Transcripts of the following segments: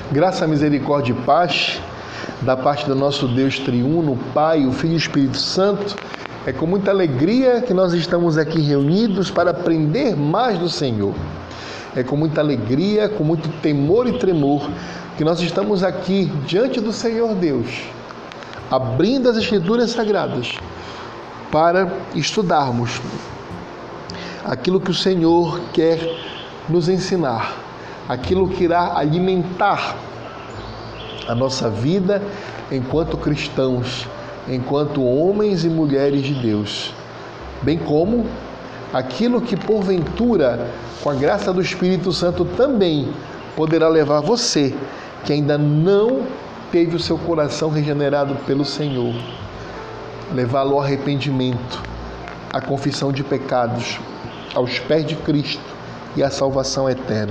Graça, misericórdia e paz da parte do nosso Deus triuno, Pai, o Filho e o Espírito Santo. É com muita alegria que nós estamos aqui reunidos para aprender mais do Senhor. É com muita alegria, com muito temor e tremor que nós estamos aqui diante do Senhor Deus, abrindo as Escrituras Sagradas para estudarmos aquilo que o Senhor quer nos ensinar, aquilo que irá alimentar a nossa vida enquanto cristãos, enquanto homens e mulheres de Deus, bem como aquilo que porventura, com a graça do Espírito Santo, também poderá levar você, que ainda não teve o seu coração regenerado pelo Senhor, levá-lo ao arrependimento, à confissão de pecados, aos pés de Cristo e à salvação eterna.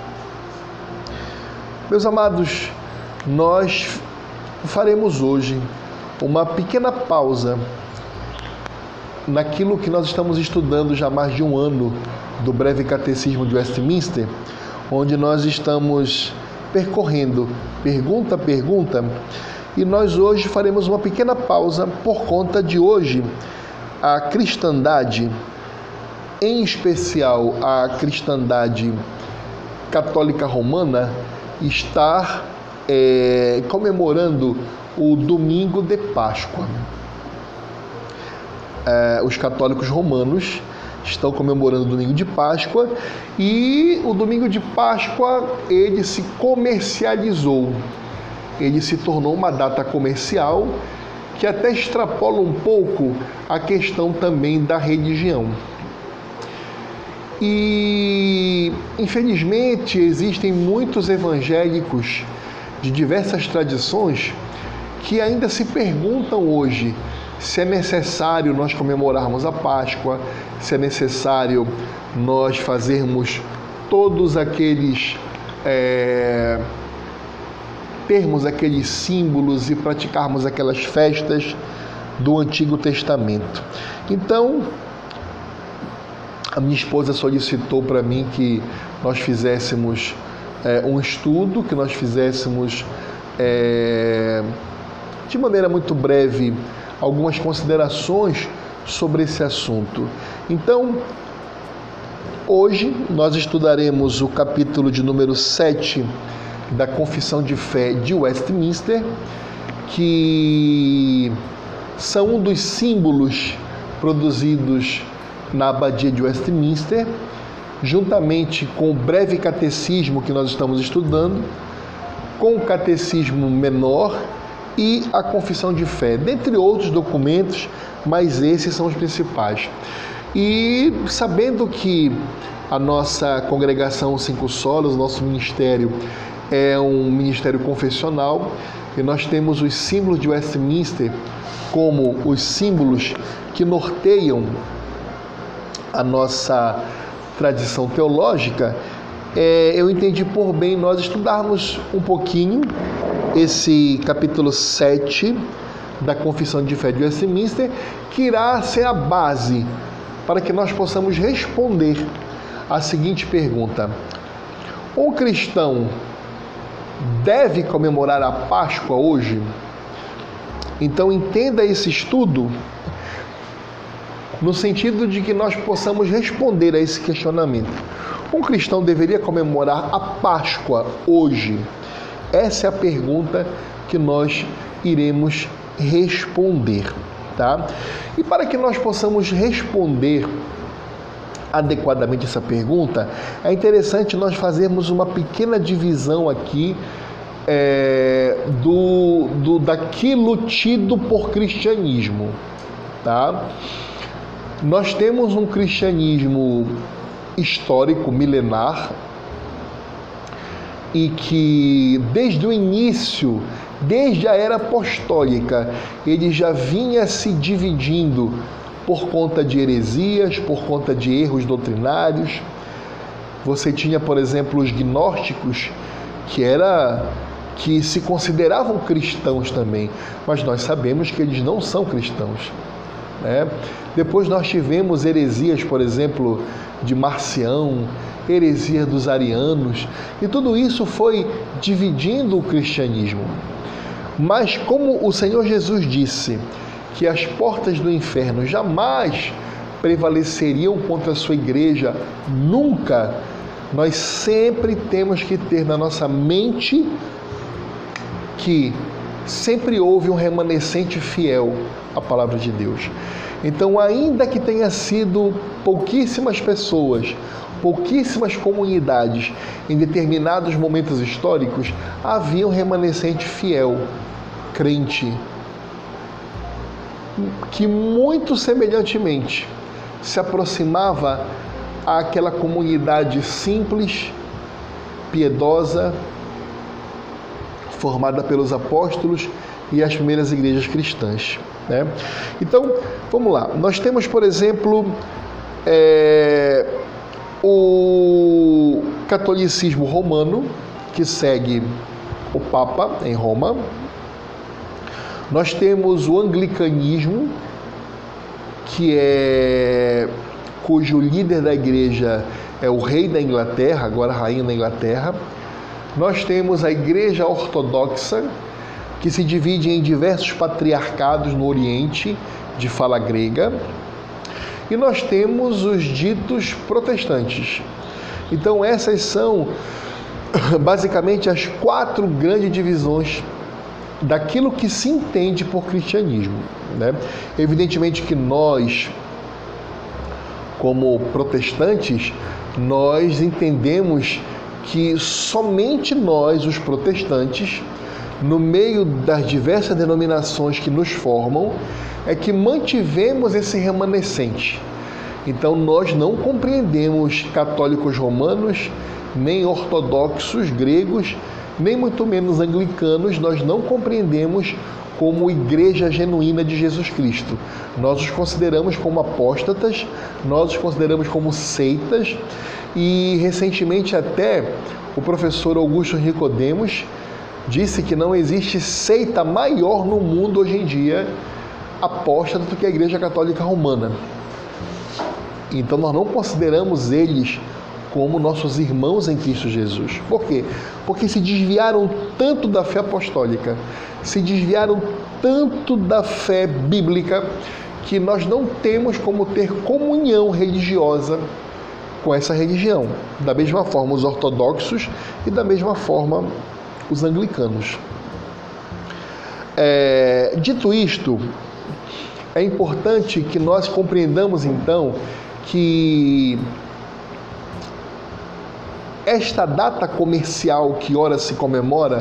Meus amados, nós faremos hoje uma pequena pausa naquilo que nós estamos estudando já há mais de um ano do Breve Catecismo de Westminster, onde nós estamos percorrendo pergunta a pergunta, e nós hoje faremos uma pequena pausa por conta de hoje a cristandade, em especial a cristandade católica romana, estar comemorando o domingo de Páscoa. Os católicos romanos estão comemorando o domingo de Páscoa, e o domingo de Páscoa ele se comercializou, ele se tornou uma data comercial que até extrapola um pouco a questão também da religião. E infelizmente existem muitos evangélicos de diversas tradições que ainda se perguntam hoje se é necessário nós comemorarmos a Páscoa, se é necessário nós fazermos todos aqueles termos aqueles símbolos e praticarmos aquelas festas do Antigo Testamento. Então, a minha esposa solicitou para mim que nós fizéssemos um estudo, que nós fizéssemos de maneira muito breve algumas considerações sobre esse assunto. Então, hoje nós estudaremos o capítulo de número 7 da Confissão de Fé de Westminster, que são um dos símbolos produzidos na Abadia de Westminster, juntamente com o Breve Catecismo que nós estamos estudando, com o Catecismo Menor e a Confissão de Fé, dentre outros documentos, mas esses são os principais. E sabendo que a nossa congregação Cinco Solas, nosso ministério, é um ministério confessional, e nós temos os símbolos de Westminster como os símbolos que norteiam a nossa tradição teológica, eu entendi por bem nós estudarmos um pouquinho esse capítulo 7 da Confissão de Fé de Westminster, que irá ser a base para que nós possamos responder a seguinte pergunta: um cristão deve comemorar a Páscoa hoje? Então entenda esse estudo no sentido de que nós possamos responder a esse questionamento. Um cristão deveria comemorar a Páscoa hoje? Essa é a pergunta que nós iremos responder, tá? E para que nós possamos responder adequadamente essa pergunta, é interessante nós fazermos uma pequena divisão aqui daquilo tido por cristianismo, tá? Nós temos um cristianismo histórico, milenar, e que desde o início, desde a era apostólica, ele já vinha se dividindo por conta de heresias, por conta de erros doutrinários. Você tinha, por exemplo, os gnósticos, que se consideravam cristãos também, mas nós sabemos que eles não são cristãos. né? Depois nós tivemos heresias, por exemplo, de Marcião, heresia dos arianos, e tudo isso foi dividindo o cristianismo. Mas como o Senhor Jesus disse que as portas do inferno jamais prevaleceriam contra a sua igreja, nunca, nós sempre temos que ter na nossa mente que sempre houve um remanescente fiel à palavra de Deus. Então, ainda que tenha sido pouquíssimas pessoas, pouquíssimas comunidades em determinados momentos históricos, havia um remanescente fiel, crente, que muito semelhantemente se aproximava àquela comunidade simples, piedosa, formada pelos apóstolos e as primeiras igrejas cristãs, né? Então, vamos lá. Nós temos, por exemplo, o catolicismo romano, que segue o Papa em Roma. Nós temos o anglicanismo, cujo líder da igreja é o rei da Inglaterra, agora a rainha da Inglaterra. Nós temos a igreja ortodoxa, que se divide em diversos patriarcados no Oriente, de fala grega. E nós temos os ditos protestantes. Então essas são basicamente as 4 grandes divisões daquilo que se entende por cristianismo, né? Evidentemente que nós, como protestantes, nós entendemos que somente nós, os protestantes, no meio das diversas denominações que nos formam, é que mantivemos esse remanescente. Então nós não compreendemos católicos romanos, nem ortodoxos gregos, nem muito menos anglicanos, nós não compreendemos como igreja genuína de Jesus Cristo. Nós os consideramos como apóstatas, nós os consideramos como seitas, e recentemente até o professor Augusto Nicodemos disse que não existe seita maior no mundo hoje em dia apóstata do que a Igreja Católica Romana. Então nós não consideramos eles como nossos irmãos em Cristo Jesus. Por quê? Porque se desviaram tanto da fé apostólica, se desviaram tanto da fé bíblica, que nós não temos como ter comunhão religiosa com essa religião. Da mesma forma os ortodoxos e da mesma forma os anglicanos. Dito isto, é importante que nós compreendamos então que esta data comercial que ora se comemora,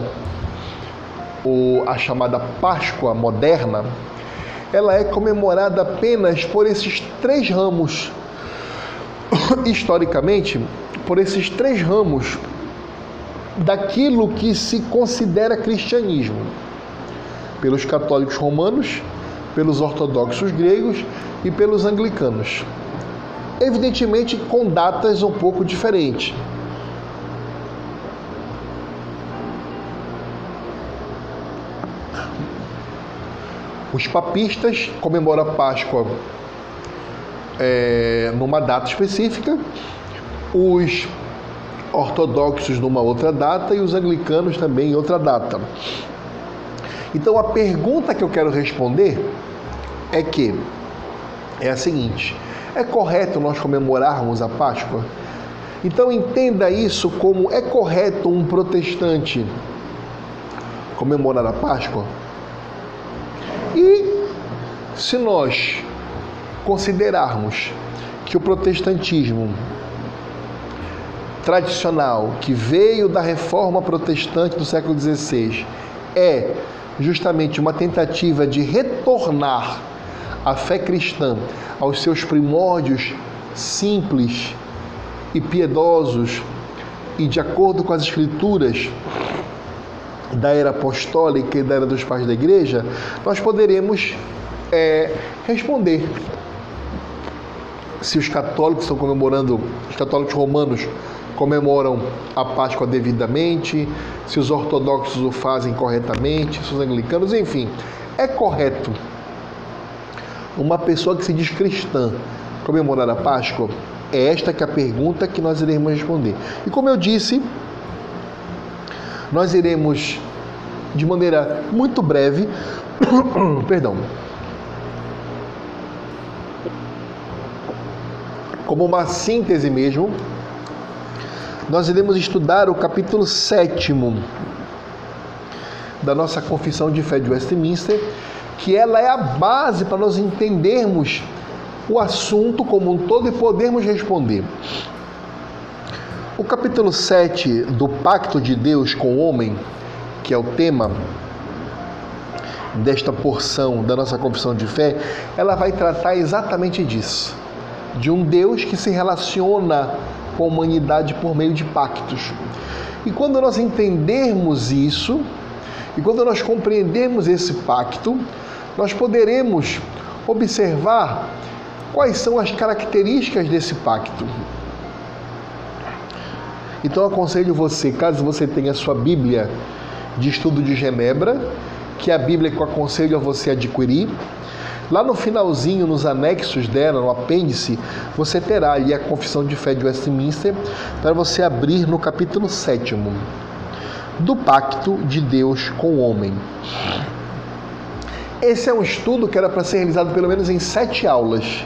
a chamada Páscoa moderna, ela é comemorada apenas por esses 3 ramos, historicamente, por esses 3 ramos daquilo que se considera cristianismo, pelos católicos romanos, pelos ortodoxos gregos e pelos anglicanos. Evidentemente com datas um pouco diferentes. Os papistas comemoram a Páscoa numa data específica, os ortodoxos numa outra data e os anglicanos também em outra data. Então a pergunta que eu quero responder é a seguinte: é correto nós comemorarmos a Páscoa? Então entenda isso como: é correto um protestante comemorar a Páscoa? E se nós considerarmos que o protestantismo tradicional, que veio da reforma protestante do século XVI, é justamente uma tentativa de retornar a fé cristã aos seus primórdios simples e piedosos e de acordo com as escrituras da era apostólica e da era dos pais da igreja, nós poderemos responder se os católicos estão comemorando, os católicos romanos comemoram a Páscoa devidamente, se os ortodoxos o fazem corretamente, se os anglicanos, enfim, é correto uma pessoa que se diz cristã comemorar a Páscoa? É esta que é a pergunta que nós iremos responder. E como eu disse, nós iremos, de maneira muito breve, perdão, como uma síntese mesmo, nós iremos estudar o capítulo 7º da nossa Confissão de Fé de Westminster, que ela é a base para nós entendermos o assunto como um todo e podermos responder. O capítulo 7 do Pacto de Deus com o Homem, que é o tema desta porção da nossa Confissão de Fé, ela vai tratar exatamente disso, de um Deus que se relaciona com a humanidade por meio de pactos. E quando nós entendermos isso, e quando nós compreendermos esse pacto, nós poderemos observar quais são as características desse pacto. Então, aconselho você, caso você tenha a sua Bíblia de Estudo de Genebra, que é a Bíblia que eu aconselho a você adquirir, lá no finalzinho, nos anexos dela, no apêndice, você terá ali a Confissão de Fé de Westminster, para você abrir no capítulo 7º do Pacto de Deus com o Homem. Esse é um estudo que era para ser realizado pelo menos em 7 aulas.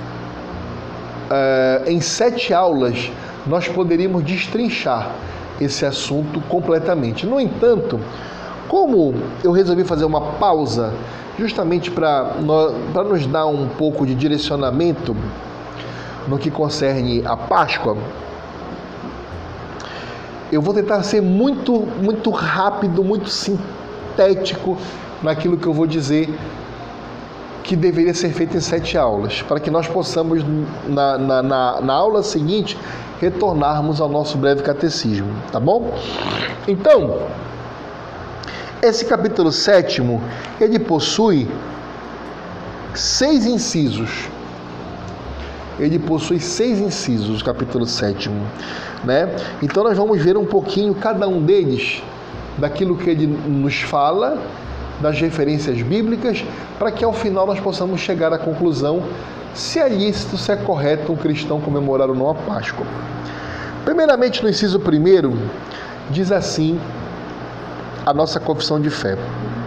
Em 7 aulas, nós poderíamos destrinchar esse assunto completamente. No entanto, como eu resolvi fazer uma pausa, justamente para nos dar um pouco de direcionamento no que concerne a Páscoa, eu vou tentar ser muito rápido, muito sintético naquilo que eu vou dizer, que deveria ser feito em 7 aulas, para que nós possamos, na aula seguinte, retornarmos ao nosso breve catecismo, tá bom? Então, esse capítulo 7º, ele possui 6 incisos. Ele possui 6 incisos, o capítulo 7º, né? Então nós vamos ver um pouquinho cada um deles, daquilo que ele nos fala, das referências bíblicas, para que ao final nós possamos chegar à conclusão se é lícito, se é correto um cristão comemorar ou não a Páscoa. Primeiramente, no inciso 1, diz assim a nossa confissão de fé: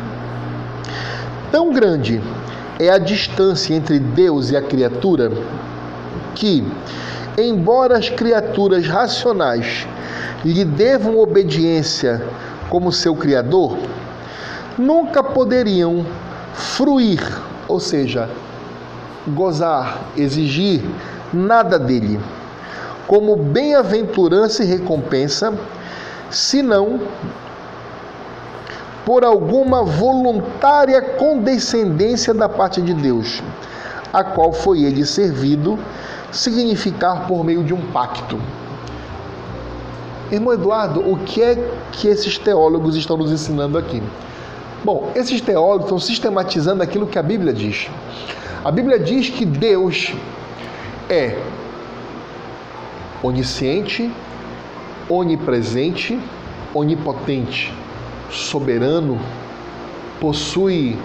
tão grande é a distância entre Deus e a criatura que, embora as criaturas racionais lhe devam obediência como seu Criador, nunca poderiam fruir, ou seja, gozar, exigir nada dele, como bem-aventurança e recompensa, senão por alguma voluntária condescendência da parte de Deus, a qual foi ele servido significar por meio de um pacto. Irmão Eduardo, o que é que esses teólogos estão nos ensinando aqui? Bom, esses teólogos estão sistematizando aquilo que a Bíblia diz. A Bíblia diz que Deus é onisciente, onipresente, onipotente, soberano, possui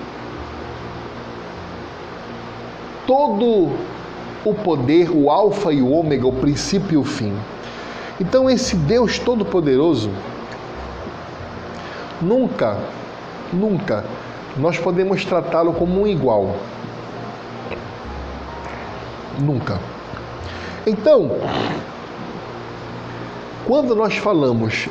todo o poder, o alfa e o ômega, o princípio e o fim. Então esse Deus todo-poderoso, nunca nós podemos tratá-lo como um igual. Nunca. Então, quando nós falamos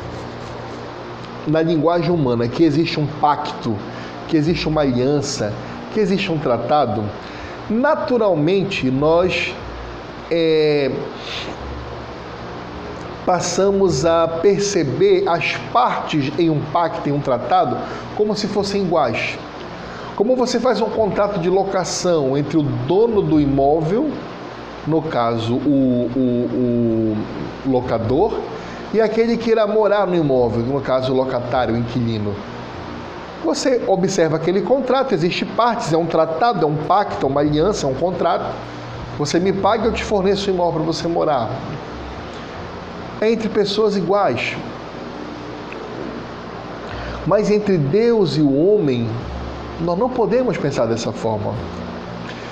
na linguagem humana que existe um pacto, que existe uma aliança, que existe um tratado, naturalmente nós passamos a perceber as partes em um pacto, em um tratado, como se fossem iguais. Como você faz um contrato de locação entre o dono do imóvel, no caso o locador, e aquele que irá morar no imóvel, no caso o locatário, o inquilino. Você observa aquele contrato, existe partes, é um tratado, é um pacto, é uma aliança, é um contrato. Você me paga, eu te forneço o imóvel para você morar. É entre pessoas iguais. Mas entre Deus e o homem, nós não podemos pensar dessa forma.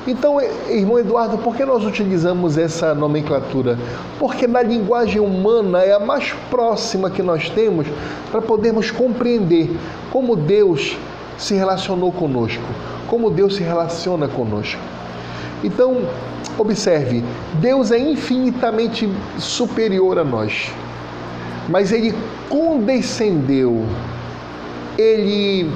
Então, irmão Eduardo, por que nós utilizamos essa nomenclatura? Porque na linguagem humana é a mais próxima que nós temos para podermos compreender como Deus se relacionou conosco, como Deus se relaciona conosco. Então, observe, Deus é infinitamente superior a nós, mas Ele condescendeu, Ele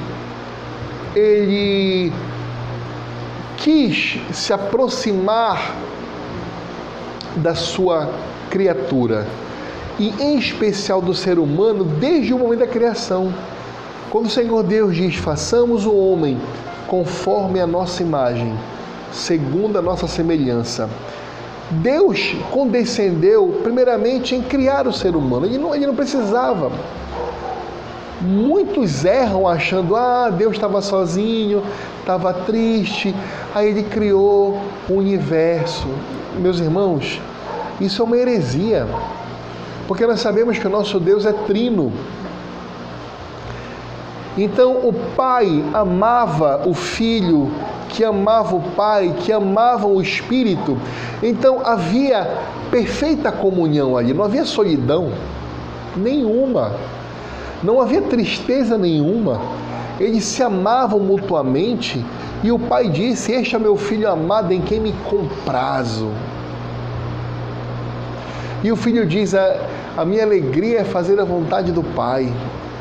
quis se aproximar da sua criatura, e em especial do ser humano, desde o momento da criação. Quando o Senhor Deus diz, façamos o homem conforme a nossa imagem, segundo a nossa semelhança, Deus condescendeu primeiramente em criar o ser humano. Ele não precisava. Muitos erram achando, Deus estava sozinho, estava triste, aí Ele criou o universo. Meus irmãos, isso é uma heresia, porque nós sabemos que o nosso Deus é trino. Então o Pai amava o Filho, que amava o Pai, que amava o Espírito. Então havia perfeita comunhão ali, não havia solidão nenhuma, não havia tristeza nenhuma. Eles se amavam mutuamente, e o Pai disse, este é meu Filho amado em quem me comprazo. E o Filho diz, a minha alegria é fazer a vontade do Pai.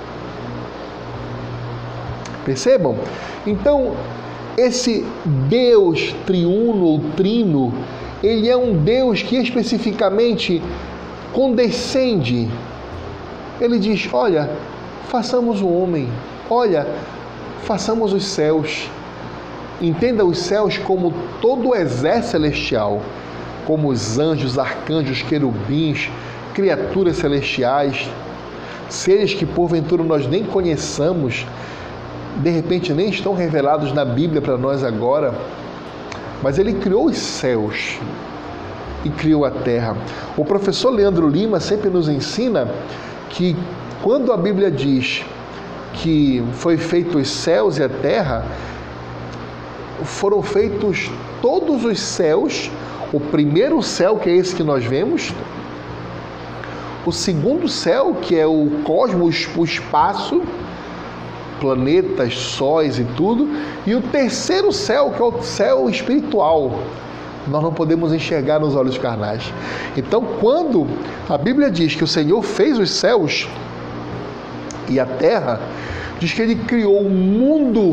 Percebam? Então, esse Deus triuno ou trino, Ele é um Deus que especificamente condescende. Ele diz, olha, façamos o homem, olha, façamos os céus. Entenda os céus como todo o exército celestial, como os anjos, arcanjos, querubins, criaturas celestiais, seres que porventura nós nem conheçamos, de repente nem estão revelados na Bíblia para nós agora, mas Ele criou os céus e criou a terra. O professor Leandro Lima sempre nos ensina que quando a Bíblia diz que foi feito os céus e a terra, foram feitos todos os céus, o primeiro céu, que é esse que nós vemos, o segundo céu, que é o cosmos, o espaço, planetas, sóis e tudo, e o terceiro céu, que é o céu espiritual, nós não podemos enxergar nos olhos carnais. Então, quando a Bíblia diz que o Senhor fez os céus e a terra, diz que Ele criou um mundo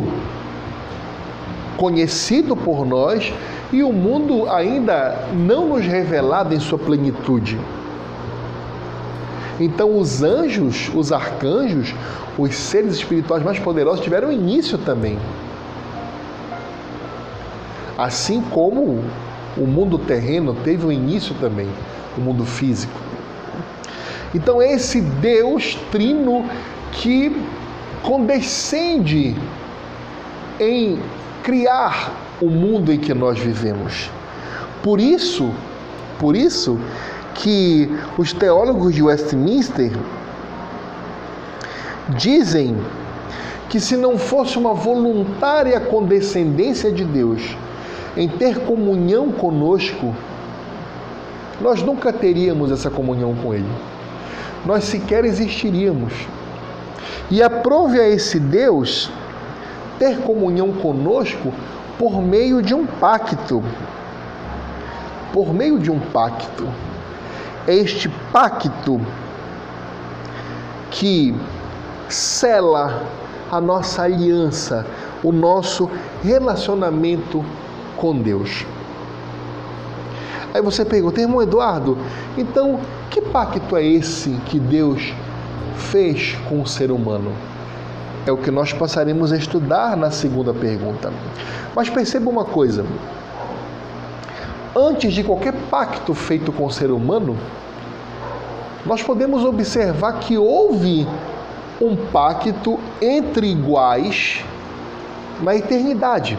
conhecido por nós e o mundo ainda não nos revelado em sua plenitude. Então os anjos, os arcanjos, os seres espirituais mais poderosos tiveram início também. Assim como o mundo terreno teve um início também, o mundo físico. Então é esse Deus trino que condescende em criar o mundo em que nós vivemos. Por isso que os teólogos de Westminster dizem que se não fosse uma voluntária condescendência de Deus em ter comunhão conosco, nós nunca teríamos essa comunhão com Ele. Nós sequer existiríamos. E aprove a esse Deus ter comunhão conosco por meio de um pacto. Por meio de um pacto. É este pacto que sela a nossa aliança, o nosso relacionamento com Deus. Aí você pergunta, irmão Eduardo, então que pacto é esse que Deus fez com o ser humano? É o que nós passaremos a estudar na segunda pergunta. Mas perceba uma coisa, antes de qualquer pacto feito com o ser humano, nós podemos observar que houve um pacto entre iguais na eternidade.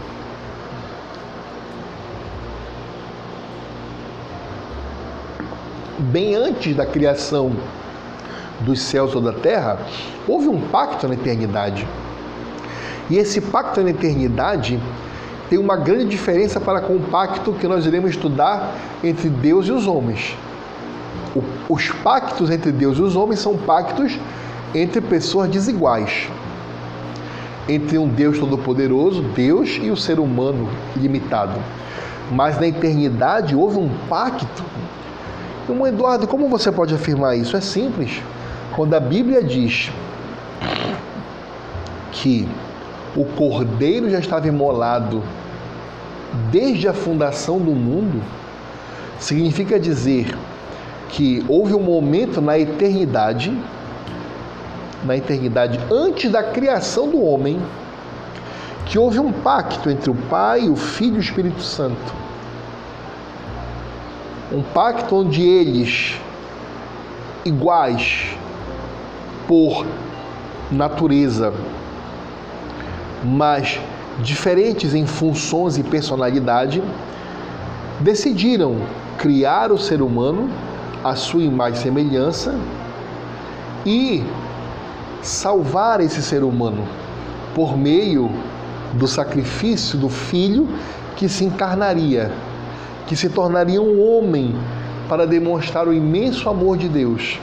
Bem antes da criação dos céus ou da terra, houve um pacto na eternidade. E esse pacto na eternidade, tem uma grande diferença para com o pacto que nós iremos estudar entre Deus e os homens. Os pactos entre Deus e os homens são pactos entre pessoas desiguais. Entre um Deus todo-poderoso, Deus, e o ser humano limitado. Mas na eternidade houve um pacto. Então, Eduardo, como você pode afirmar isso? É simples. Quando a Bíblia diz que o Cordeiro já estava imolado desde a fundação do mundo, significa dizer que houve um momento na eternidade, antes da criação do homem, que houve um pacto entre o Pai, o Filho e o Espírito Santo. Um pacto onde eles, iguais por natureza, mas diferentes em funções e personalidade, decidiram criar o ser humano à sua imagem e semelhança e salvar esse ser humano por meio do sacrifício do Filho que se encarnaria, que se tornaria um homem para demonstrar o imenso amor de Deus.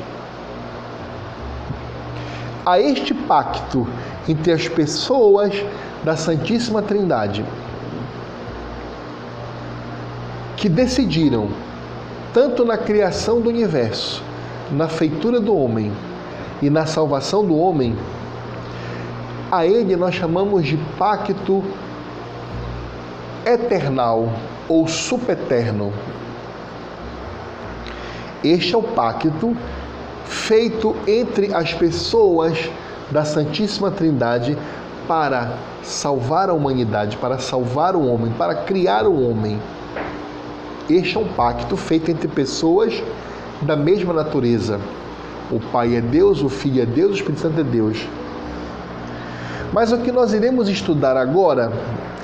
A este pacto entre as pessoas da Santíssima Trindade, que decidiram, tanto na criação do universo, na feitura do homem e na salvação do homem, a ele nós chamamos de pacto eternal ou subeterno. Este é o pacto feito entre as pessoas da Santíssima Trindade para salvar a humanidade, para salvar o homem, para criar o homem. Este é um pacto feito entre pessoas da mesma natureza. O Pai é Deus, o Filho é Deus, o Espírito Santo é Deus. Mas o que nós iremos estudar agora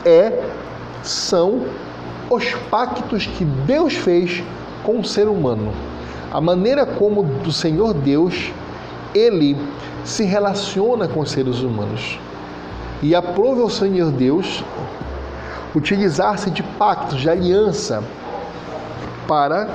são os pactos que Deus fez com o ser humano. A maneira como o Senhor Deus, Ele se relaciona com os seres humanos. E aprove ao Senhor Deus utilizar-se de pactos, de aliança, para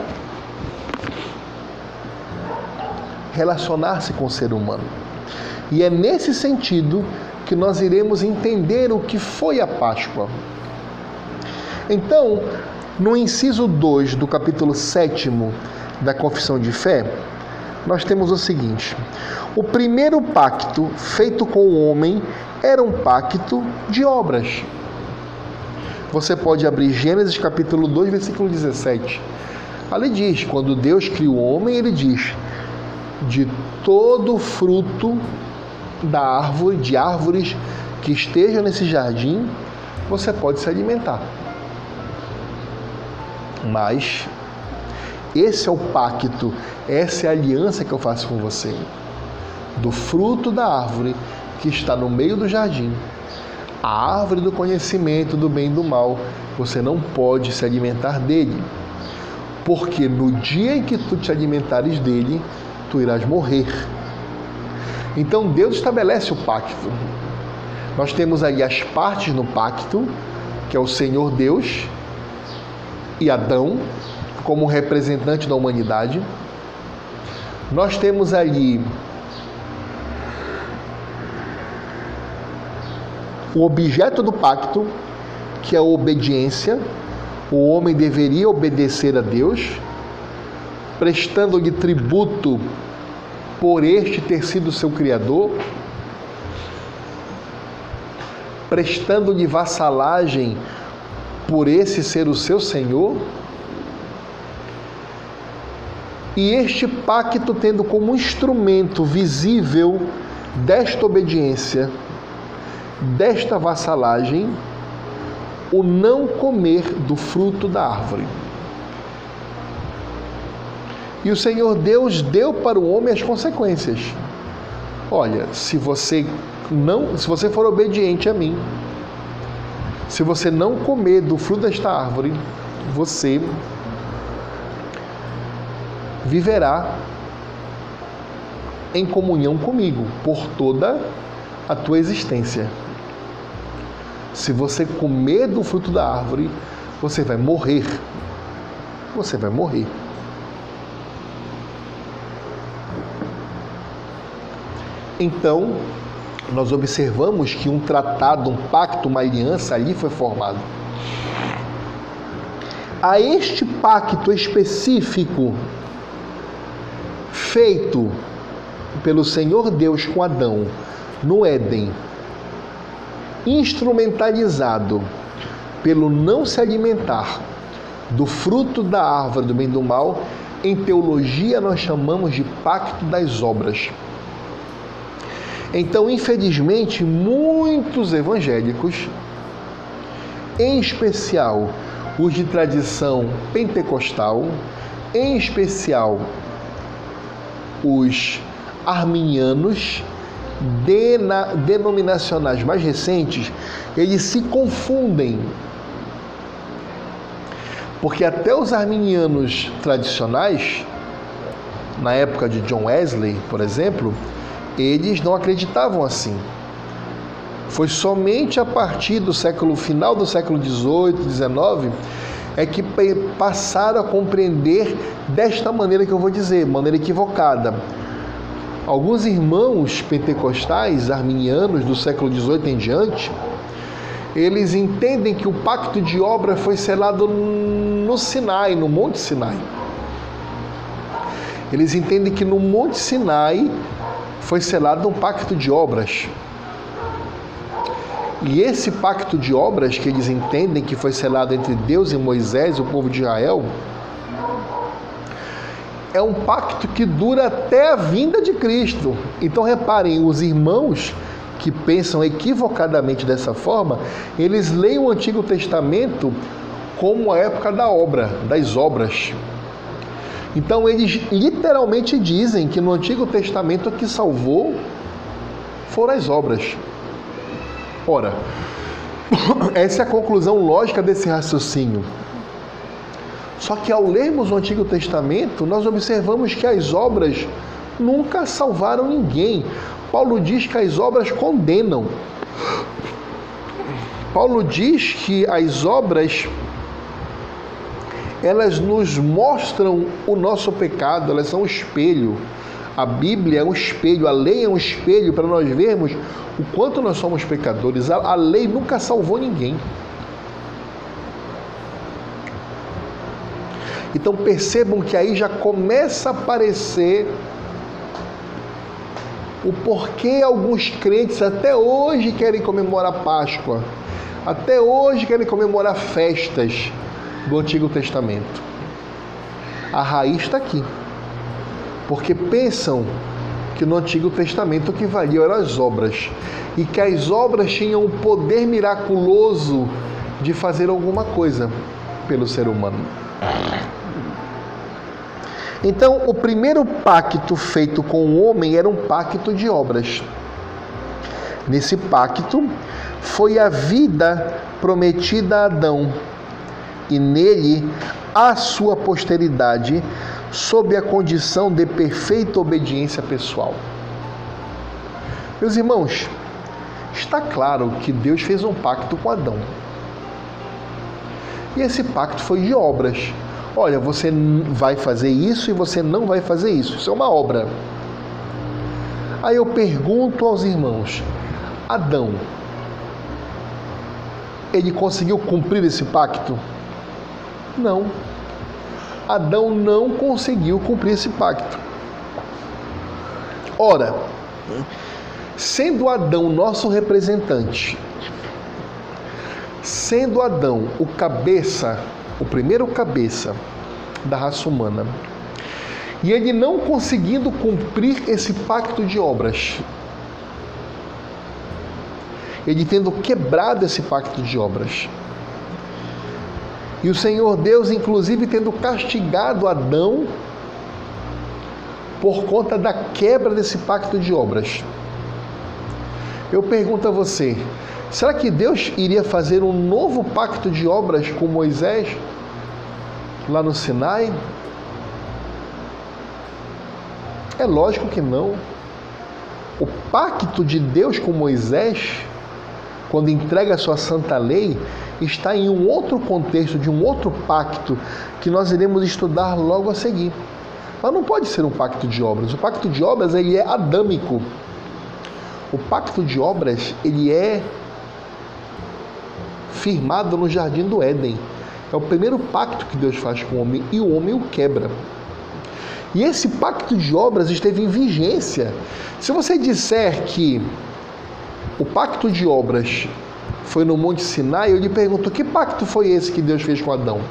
relacionar-se com o ser humano. E é nesse sentido que nós iremos entender o que foi a Páscoa. Então, no inciso 2 do capítulo 7º da Confissão de Fé, nós temos o seguinte: o primeiro pacto feito com o homem era um pacto de obras. Você pode abrir Gênesis capítulo 2, versículo 17. Ali diz, quando Deus cria o homem, Ele diz: de todo fruto da árvore, de árvores que estejam nesse jardim, você pode se alimentar. Mas esse é o pacto, essa é a aliança que eu faço com você. Do fruto da árvore que está no meio do jardim, a árvore do conhecimento do bem e do mal, você não pode se alimentar dele. Porque no dia em que tu te alimentares dele, tu irás morrer. Então Deus estabelece o pacto. Nós temos aí as partes no pacto, que é o Senhor Deus e Adão, como representante da humanidade. Nós temos ali o objeto do pacto, que é a obediência. O homem deveria obedecer a Deus, prestando-lhe tributo por este ter sido seu Criador, prestando-lhe vassalagem por esse ser o seu Senhor, e este pacto tendo como instrumento visível desta obediência, desta vassalagem, o não comer do fruto da árvore. E o Senhor Deus deu para o homem as consequências. Olha, se você for obediente a mim, se você não comer do fruto desta árvore, você viverá em comunhão comigo por toda a tua existência. se você comer do fruto da árvore, você vai morrer. Você vai morrer. Então, nós observamos que um tratado, um pacto, uma aliança ali foi formado. A este pacto específico feito pelo Senhor Deus com Adão no Éden, instrumentalizado pelo não se alimentar do fruto da árvore do bem e do mal, em teologia nós chamamos de pacto das obras. Então, infelizmente, muitos evangélicos, em especial os de tradição pentecostal, em especial os arminianos, denominacionais mais recentes, eles se confundem. Porque até os arminianos tradicionais, na época de John Wesley, por exemplo, eles não acreditavam assim. Foi somente a partir do final do século XVIII, XIX, é que passaram a compreender desta maneira que eu vou dizer, maneira equivocada. Alguns irmãos pentecostais, arminianos do século XVIII em diante, eles entendem que o pacto de obra foi selado no Sinai, no Monte Sinai. Eles entendem que no Monte Sinai foi selado um pacto de obras. E esse pacto de obras que eles entendem que foi selado entre Deus e Moisés e o povo de Israel, é um pacto que dura até a vinda de Cristo. Então reparem, os irmãos que pensam equivocadamente dessa forma, eles leem o Antigo Testamento como a época da obra, das obras. Então eles literalmente dizem que no Antigo Testamento o que salvou foram as obras. Ora, essa é a conclusão lógica desse raciocínio. Só que ao lermos o Antigo Testamento, nós observamos que as obras nunca salvaram ninguém. Paulo diz que as obras condenam. Paulo diz que as obras, elas nos mostram o nosso pecado, elas são um espelho. A Bíblia é um espelho, a lei é um espelho para nós vermos o quanto nós somos pecadores. A lei nunca salvou ninguém. Então percebam que aí já começa a aparecer o porquê alguns crentes até hoje querem comemorar Páscoa, até hoje querem comemorar festas do Antigo Testamento. A raiz está aqui. Porque pensam que no Antigo Testamento o que valia eram as obras, e que as obras tinham o poder miraculoso de fazer alguma coisa pelo ser humano. Então, o primeiro pacto feito com o homem era um pacto de obras. Nesse pacto foi a vida prometida a Adão, e nele a sua posteridade, sob a condição de perfeita obediência pessoal. Meus irmãos, está claro que Deus fez um pacto com Adão. E esse pacto foi de obras. Olha, você vai fazer isso e você não vai fazer isso. Isso é uma obra. Aí eu pergunto aos irmãos, Adão, ele conseguiu cumprir esse pacto? Não. Adão não conseguiu cumprir esse pacto. Ora, sendo Adão nosso representante, sendo Adão o cabeça, o primeiro cabeça da raça humana, e ele não conseguindo cumprir esse pacto de obras, ele tendo quebrado esse pacto de obras, e o Senhor Deus, inclusive, tendo castigado Adão por conta da quebra desse pacto de obras. Eu pergunto a você, será que Deus iria fazer um novo pacto de obras com Moisés lá no Sinai? É lógico que não. O pacto de Deus com Moisés quando entrega a sua santa lei, está em um outro contexto, de um outro pacto, que nós iremos estudar logo a seguir. Mas não pode ser um pacto de obras. O pacto de obras, ele é adâmico. O pacto de obras, ele é firmado no Jardim do Éden. É o primeiro pacto que Deus faz com o homem, e o homem o quebra. E esse pacto de obras esteve em vigência. Se você disser que o pacto de obras foi no Monte Sinai, eu lhe pergunto, que pacto foi esse que Deus fez com Adão?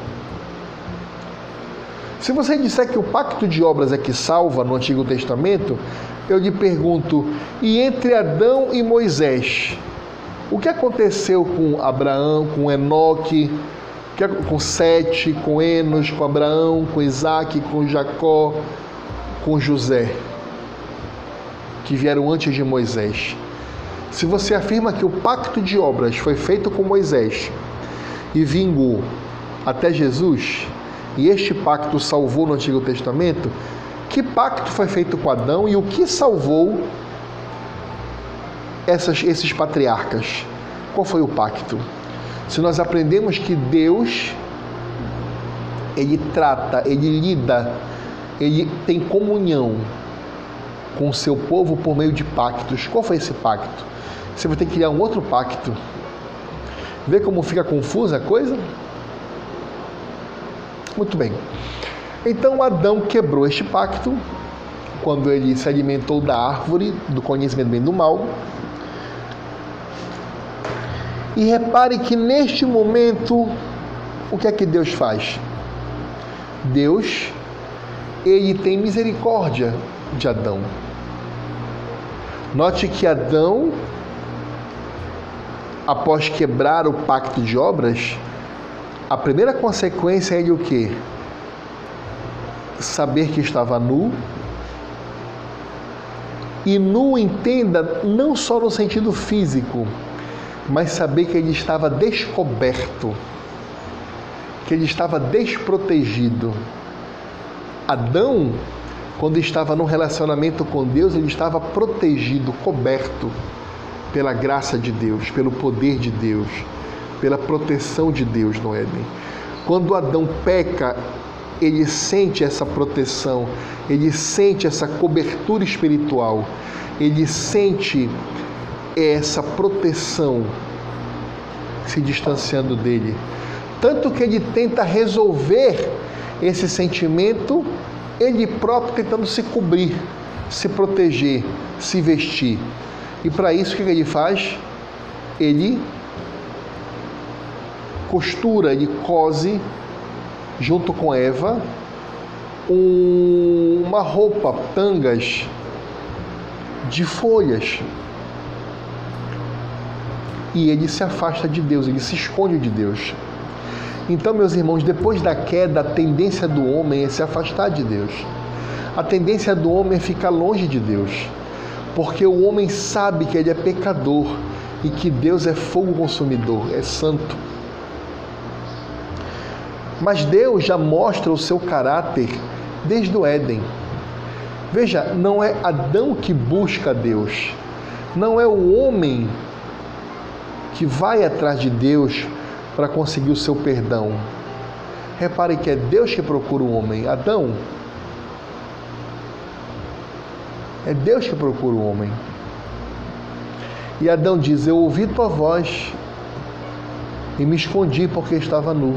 Se você disser que o pacto de obras é que salva no Antigo Testamento, eu lhe pergunto, e entre Adão e Moisés, o que aconteceu com Abraão, com Enoque, com Sete, com Enos, com Abraão, com Isaac, com Jacó, com José, que vieram antes de Moisés? Se você afirma que o pacto de obras foi feito com Moisés e vingou até Jesus, e este pacto salvou no Antigo Testamento, que pacto foi feito com Adão e o que salvou esses patriarcas? Qual foi o pacto? Se nós aprendemos que Deus, ele trata, ele lida, ele tem comunhão com o seu povo por meio de pactos. Qual foi esse pacto? Você vai ter que criar um outro pacto. Vê como fica confusa a coisa? Muito bem. Então Adão quebrou este pacto quando ele se alimentou da árvore do conhecimento do bem e do mal. E repare que neste momento, o que é que Deus faz? Deus, ele tem misericórdia de Adão. Note que Adão, após quebrar o pacto de obras, a primeira consequência é ele o quê? Saber que estava nu. E nu, entenda, não só no sentido físico, mas saber que ele estava descoberto, que ele estava desprotegido. Adão, quando estava num relacionamento com Deus, ele estava protegido, coberto pela graça de Deus, pelo poder de Deus, pela proteção de Deus no Éden. Quando Adão peca, ele sente essa proteção, ele sente essa cobertura espiritual, ele sente essa proteção se distanciando dele. Tanto que ele tenta resolver esse sentimento, ele próprio tentando se cobrir, se proteger, se vestir. E para isso, o que ele faz? Ele costura, ele cose, junto com Eva, uma roupa, tangas de folhas. E ele se afasta de Deus, ele se esconde de Deus. Então, meus irmãos, depois da queda, a tendência do homem é se afastar de Deus. A tendência do homem é ficar longe de Deus. Porque o homem sabe que ele é pecador e que Deus é fogo consumidor, é santo. Mas Deus já mostra o seu caráter desde o Éden. Veja, não é Adão que busca Deus, não é o homem que vai atrás de Deus para conseguir o seu perdão. Repare que é Deus que procura o homem. Adão, é Deus que procura o homem. E Adão diz: eu ouvi tua voz e me escondi porque estava nu.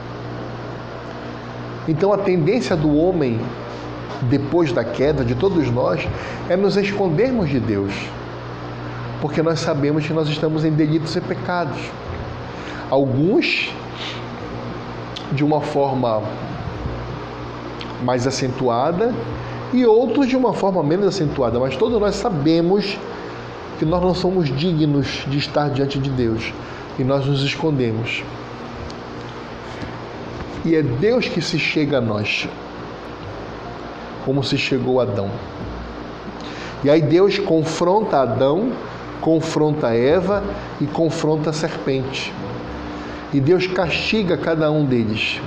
Então a tendência do homem, depois da queda, de todos nós, é nos escondermos de Deus, porque nós sabemos que nós estamos em delitos e pecados. Alguns de uma forma mais acentuada e outros de uma forma menos acentuada, mas todos nós sabemos que nós não somos dignos de estar diante de Deus e nós nos escondemos. E é Deus que se chega a nós, como se chegou a Adão. E aí Deus confronta Adão, confronta Eva e confronta a serpente. E Deus castiga cada um deles.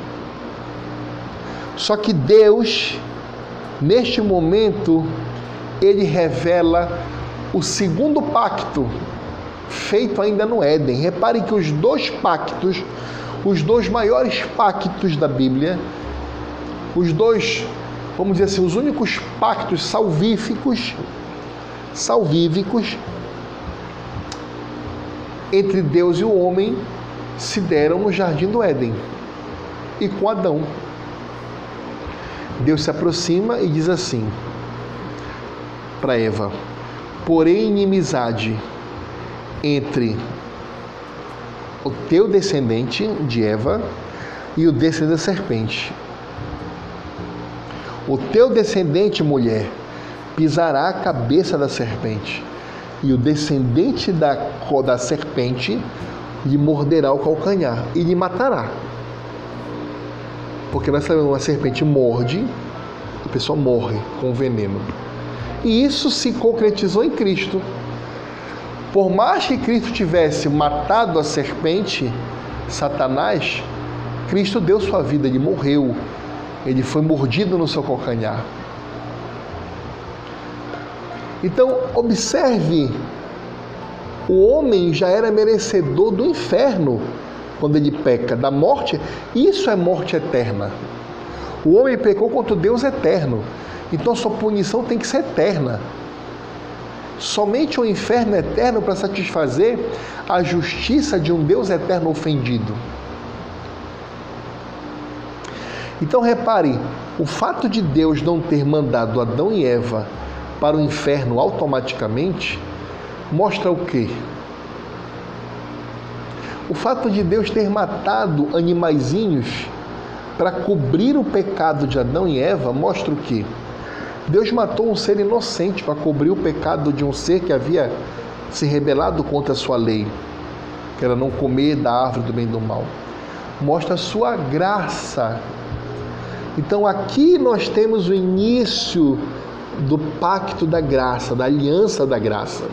Só que Deus, neste momento, ele revela o segundo pacto feito ainda no Éden. Repare que os dois pactos, os dois maiores pactos da Bíblia, os dois, vamos dizer assim, os únicos pactos salvíficos entre Deus e o homem se deram no Jardim do Éden e com Adão. Deus se aproxima e diz assim para Eva: porém inimizade entre o teu descendente de Eva e o descendente da serpente. O teu descendente, mulher, pisará a cabeça da serpente, e o descendente da serpente lhe morderá o calcanhar e lhe matará. Porque nós sabemos que uma serpente morde, a pessoa morre com veneno. E isso se concretizou em Cristo. Por mais que Cristo tivesse matado a serpente, Satanás, Cristo deu sua vida, ele morreu, ele foi mordido no seu calcanhar. Então, observe, o homem já era merecedor do inferno quando ele peca, da morte. Isso é morte eterna. O homem pecou contra o Deus eterno, então sua punição tem que ser eterna. Somente o inferno é eterno para satisfazer a justiça de um Deus eterno ofendido. Então repare, o fato de Deus não ter mandado Adão e Eva para o inferno automaticamente mostra o quê? O fato de Deus ter matado animaizinhos para cobrir o pecado de Adão e Eva mostra o quê? Deus matou um ser inocente para cobrir o pecado de um ser que havia se rebelado contra a sua lei, que era não comer da árvore do bem e do mal. Mostra a sua graça. Então aqui nós temos o início do pacto da graça, da aliança da graça.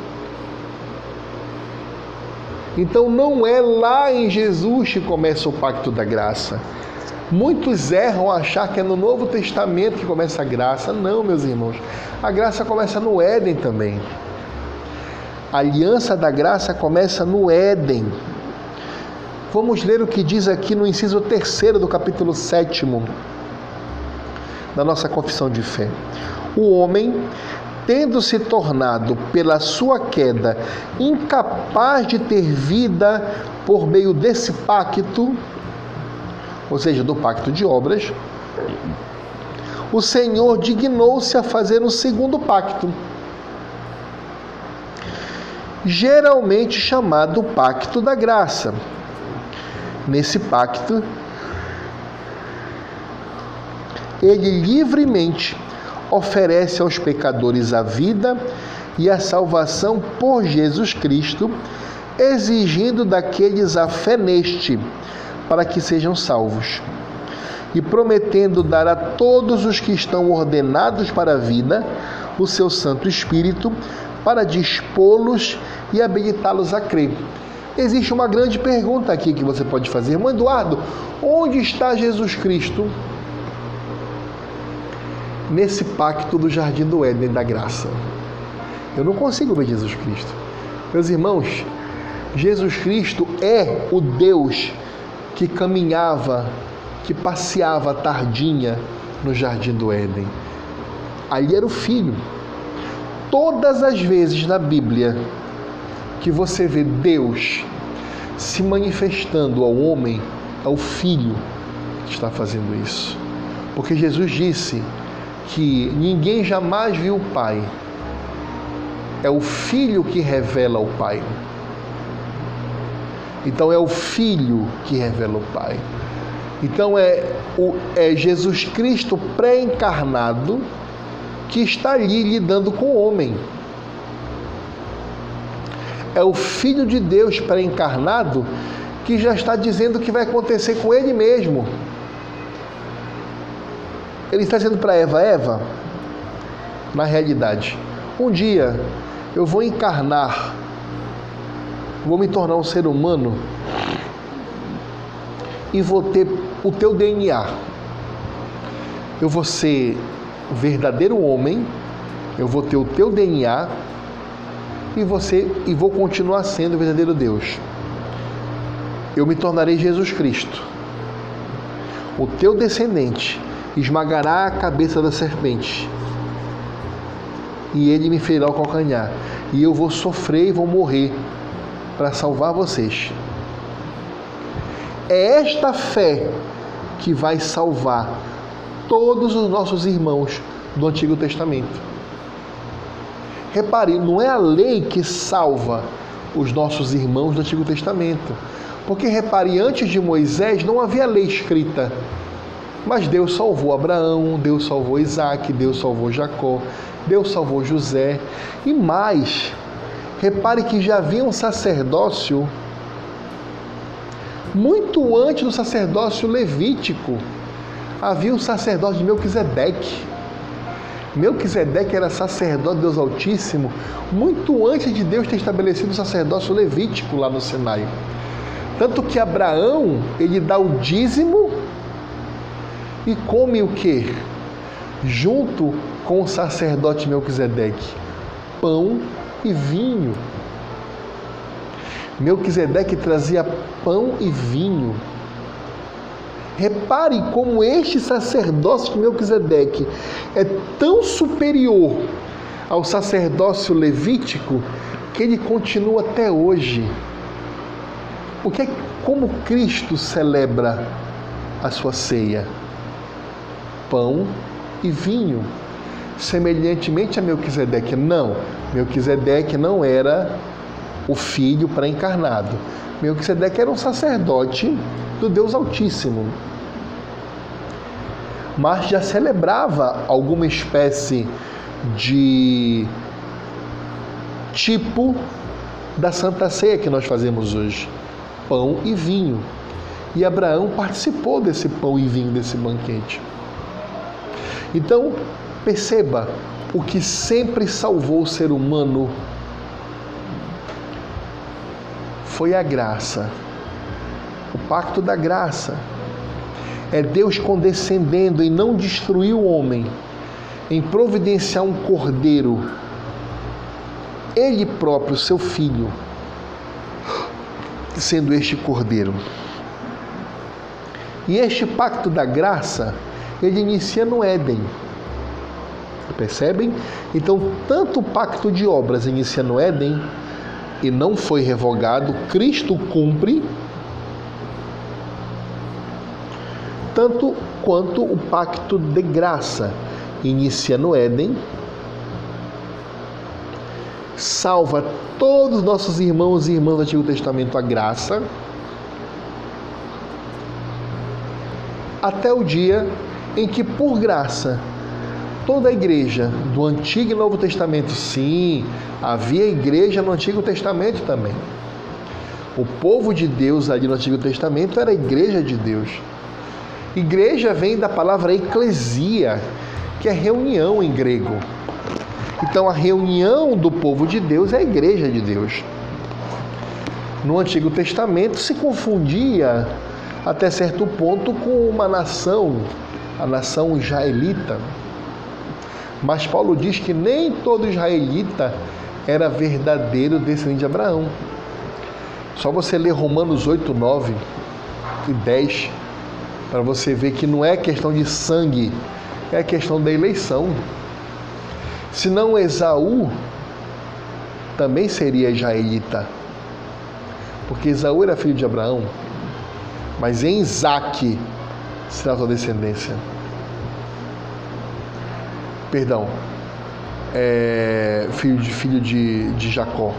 Então não é lá em Jesus que começa o pacto da graça. Muitos erram a achar que é no Novo Testamento que começa a graça. Não, meus irmãos. A graça começa no Éden também. A aliança da graça começa no Éden. Vamos ler o que diz aqui no inciso 3º do capítulo 7º da nossa confissão de fé. O homem, tendo se tornado pela sua queda incapaz de ter vida por meio desse pacto, ou seja, do pacto de obras, o Senhor dignou-se a fazer um segundo pacto, geralmente chamado pacto da graça. Nesse pacto, ele livremente oferece aos pecadores a vida e a salvação por Jesus Cristo, exigindo daqueles a fé neste, para que sejam salvos, e prometendo dar a todos os que estão ordenados para a vida o seu Santo Espírito, para dispô-los e habilitá-los a crer. Existe uma grande pergunta aqui que você pode fazer: irmão Eduardo, onde está Jesus Cristo nesse pacto do Jardim do Éden da graça? Eu não consigo ver Jesus Cristo. Meus irmãos, Jesus Cristo é o Deus que caminhava, que passeava à tardinha no Jardim do Éden. Ali era o Filho. Todas as vezes na Bíblia que você vê Deus se manifestando ao homem, é o Filho que está fazendo isso. Porque Jesus disse que ninguém jamais viu o Pai. É o Filho que revela o Pai. Então é o Filho que revela o Pai. Então é Jesus Cristo pré-encarnado que está ali lidando com o homem. É o Filho de Deus pré-encarnado que já está dizendo o que vai acontecer com ele mesmo. Ele está dizendo para Eva: Eva, na realidade, um dia eu vou encarnar, vou me tornar um ser humano e vou ter o teu DNA. Eu vou ser verdadeiro homem, eu vou ter o teu DNA e vou continuar sendo o verdadeiro Deus. Eu me tornarei Jesus Cristo. O teu descendente esmagará a cabeça da serpente e ele me ferirá o calcanhar, e eu vou sofrer e vou morrer para salvar vocês. É esta fé que vai salvar todos os nossos irmãos do Antigo Testamento. Repare, não é a lei que salva os nossos irmãos do Antigo Testamento. Porque, repare, antes de Moisés não havia lei escrita. Mas Deus salvou Abraão, Deus salvou Isaac, Deus salvou Jacó, Deus salvou José. E mais, repare que já havia um sacerdócio muito antes do sacerdócio levítico. Havia o sacerdócio de Melquisedeque. Melquisedeque era sacerdote de Deus Altíssimo muito antes de Deus ter estabelecido o sacerdócio levítico lá no Sinai. Tanto que Abraão, ele dá o dízimo e come o quê? Junto com o sacerdote Melquisedeque, pão e vinho. Melquisedeque trazia pão e vinho. Repare como este sacerdócio de Melquisedeque é tão superior ao sacerdócio levítico que ele continua até hoje. Porque como Cristo celebra a sua ceia? Pão e vinho. Semelhantemente a Melquisedeque. Não, Melquisedeque não era o filho pré-encarnado. Melquisedeque era um sacerdote do Deus Altíssimo. Mas já celebrava alguma espécie de tipo da Santa Ceia que nós fazemos hoje. Pão e vinho. E Abraão participou desse pão e vinho, desse banquete. Então, perceba, o que sempre salvou o ser humano foi a graça. O pacto da graça. É Deus condescendendo em não destruir o homem, em providenciar um cordeiro, Ele próprio, seu filho, sendo este cordeiro. E este pacto da graça, ele inicia no Éden. Percebem? Então, tanto o pacto de obras inicia no Éden e não foi revogado, Cristo cumpre, tanto quanto o pacto de graça inicia no Éden, salva todos os nossos irmãos e irmãs do Antigo Testamento a graça, até o dia em que, por graça, toda a igreja do Antigo e Novo Testamento, sim, havia igreja no Antigo Testamento também. O povo de Deus ali no Antigo Testamento era a igreja de Deus. Igreja vem da palavra eclesia, que é reunião em grego. Então, a reunião do povo de Deus é a igreja de Deus. No Antigo Testamento se confundia até certo ponto com uma nação, a nação israelita. Mas Paulo diz que nem todo israelita era verdadeiro descendente de Abraão. Só você ler Romanos 8, 9 e 10 para você ver que não é questão de sangue, é questão da eleição. Senão Esaú também seria israelita, porque Esaú era filho de Abraão, mas em Isaque será a sua descendência. Perdão, filho de Jacó.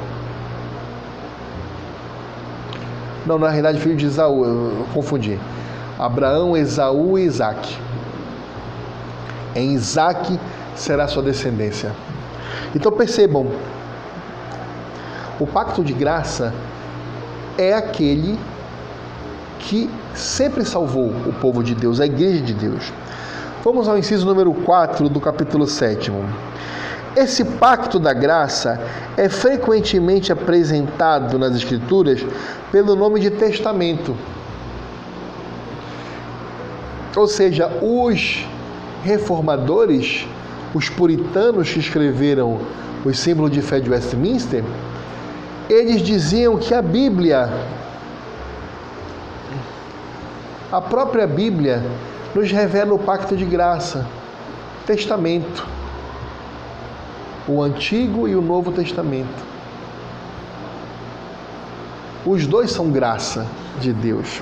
Não, na realidade, filho de Esaú, eu confundi. Abraão, Esaú e Isaque. Em Isaque será a sua descendência. Então percebam, o pacto de graça é aquele que sempre salvou o povo de Deus, a igreja de Deus. Vamos ao inciso número 4 do capítulo 7. Esse pacto da graça é frequentemente apresentado nas Escrituras pelo nome de testamento. Ou seja, os reformadores, os puritanos que escreveram os símbolos de fé de Westminster, eles diziam que a Bíblia, a própria Bíblia, nos revela o pacto de graça, testamento, o Antigo e o Novo Testamento. Os dois são graça de Deus.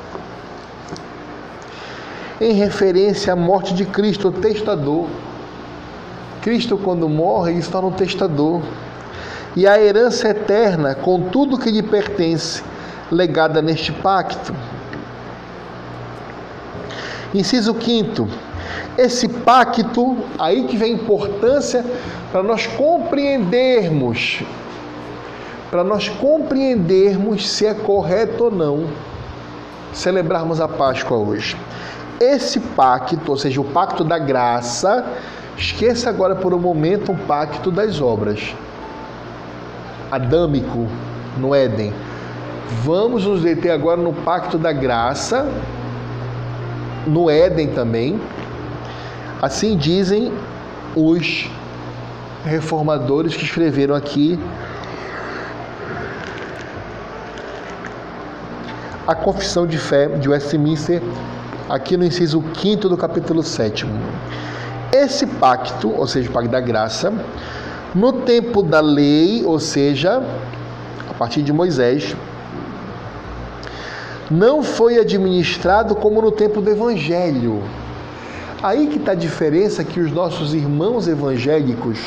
Em referência à morte de Cristo, o testador. Cristo, quando morre, ele se torna um testador. E a herança eterna, com tudo que lhe pertence, legada neste pacto. Inciso 5º. Esse pacto, aí que vem a importância para nós compreendermos se é correto ou não celebrarmos a Páscoa hoje. Esse pacto, ou seja, o pacto da graça, esqueça agora por um momento o pacto das obras. Adâmico, no Éden. Vamos nos deter agora no pacto da graça, no Éden também. Assim dizem os reformadores que escreveram aqui a Confissão de Fé de Westminster, aqui no inciso 5º do capítulo 7º. Esse pacto, ou seja, o pacto da graça, no tempo da lei, ou seja, a partir de Moisés, não foi administrado como no tempo do Evangelho. Aí que está a diferença que os nossos irmãos evangélicos,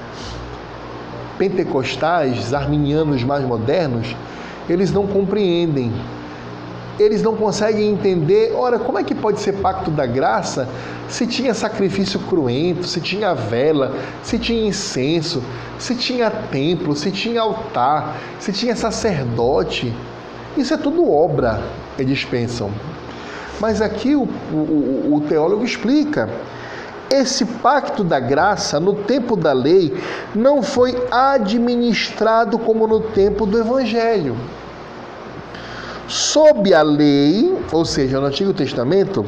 pentecostais, arminianos mais modernos, eles não compreendem. Eles não conseguem entender, ora, como é que pode ser pacto da graça se tinha sacrifício cruento, se tinha vela, se tinha incenso, se tinha templo, se tinha altar, se tinha sacerdote? Isso é tudo obra, eles pensam. Mas aqui o teólogo explica, esse pacto da graça, no tempo da lei, não foi administrado como no tempo do Evangelho. Sob a lei, ou seja, no Antigo Testamento,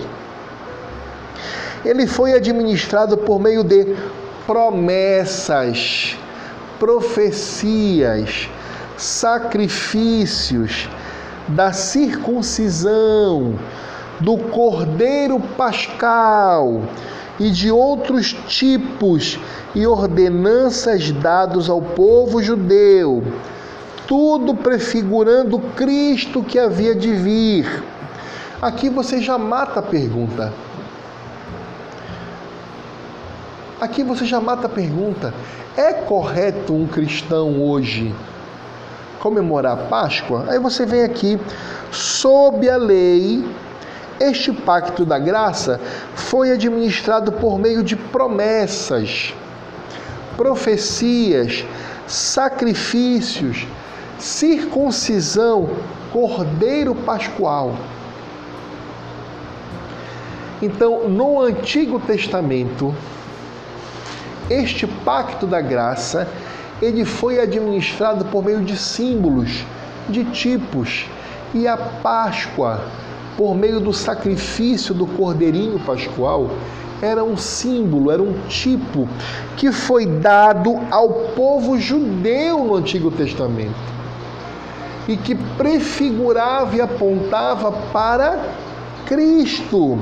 ele foi administrado por meio de promessas, profecias, sacrifícios, da circuncisão, do cordeiro pascal e de outros tipos e ordenanças dados ao povo judeu, tudo prefigurando Cristo que havia de vir. Aqui você já mata a pergunta. É correto um cristão hoje comemorar a Páscoa? Aí você vem aqui, sob a lei, este pacto da graça foi administrado por meio de promessas, profecias, sacrifícios, circuncisão, cordeiro pascual. Então, no Antigo Testamento, este pacto da graça, ele foi administrado por meio de símbolos, de tipos, e a Páscoa, por meio do sacrifício do cordeirinho pascual, era um símbolo, era um tipo que foi dado ao povo judeu no Antigo Testamento e que prefigurava e apontava para Cristo.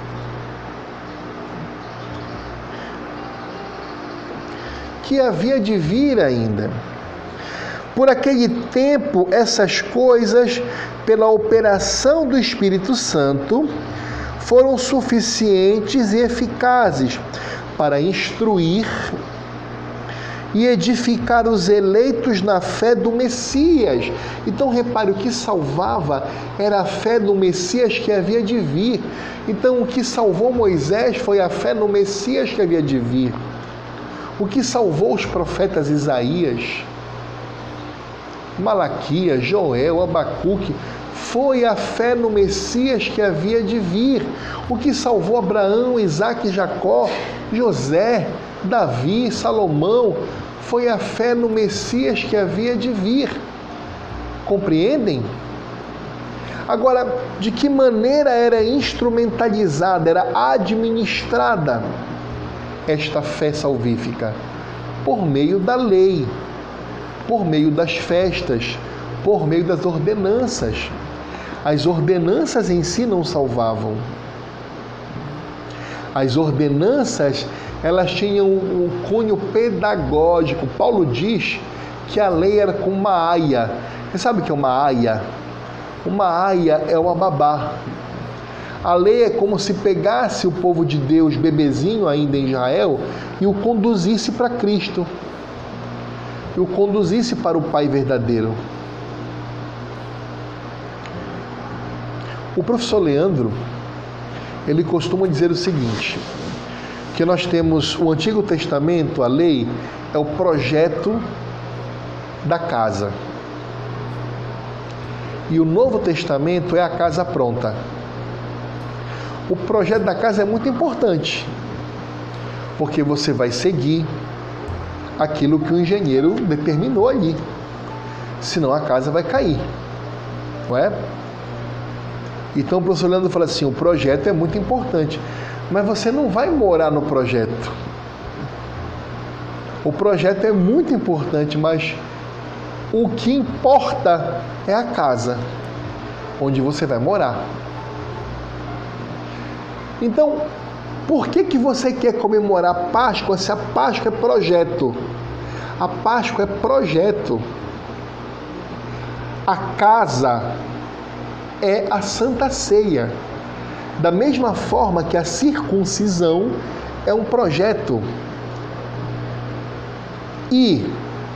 Que havia de vir ainda. Por aquele tempo, essas coisas, pela operação do Espírito Santo, foram suficientes e eficazes para instruir e edificar os eleitos na fé do Messias. Então, repare, o que salvava era a fé no Messias que havia de vir. Então, o que salvou Moisés foi a fé no Messias que havia de vir. O que salvou os profetas Isaías, Malaquias, Joel, Abacuque, foi a fé no Messias que havia de vir. O que salvou Abraão, Isaque e Jacó, José, Davi, Salomão, foi a fé no Messias que havia de vir. Compreendem? Agora, de que maneira era instrumentalizada, era administrada esta fé salvífica? por meio da lei, por meio das festas, por meio das ordenanças. As ordenanças em si não salvavam. As ordenanças, elas tinham um cunho pedagógico. Paulo diz que a lei era como uma aia. Você sabe o que é uma aia? Uma aia é uma babá. A lei é como se pegasse o povo de Deus, bebezinho ainda em Israel, e o conduzisse para Cristo. E o conduzisse para o Pai verdadeiro. O professor Leandro, ele costuma dizer o seguinte, que nós temos o Antigo Testamento, a lei, é o projeto da casa. E o Novo Testamento é a casa pronta. O projeto da casa é muito importante, porque você vai seguir aquilo que o engenheiro determinou ali. Senão a casa vai cair, não é? Então o professor Leandro fala assim, o projeto é muito importante, mas você não vai morar no projeto. O projeto é muito importante, mas o que importa é a casa onde você vai morar. Então, por que você quer comemorar a Páscoa se a Páscoa é projeto? A Páscoa é projeto. A casa é a Santa Ceia. Da mesma forma que a circuncisão é um projeto. E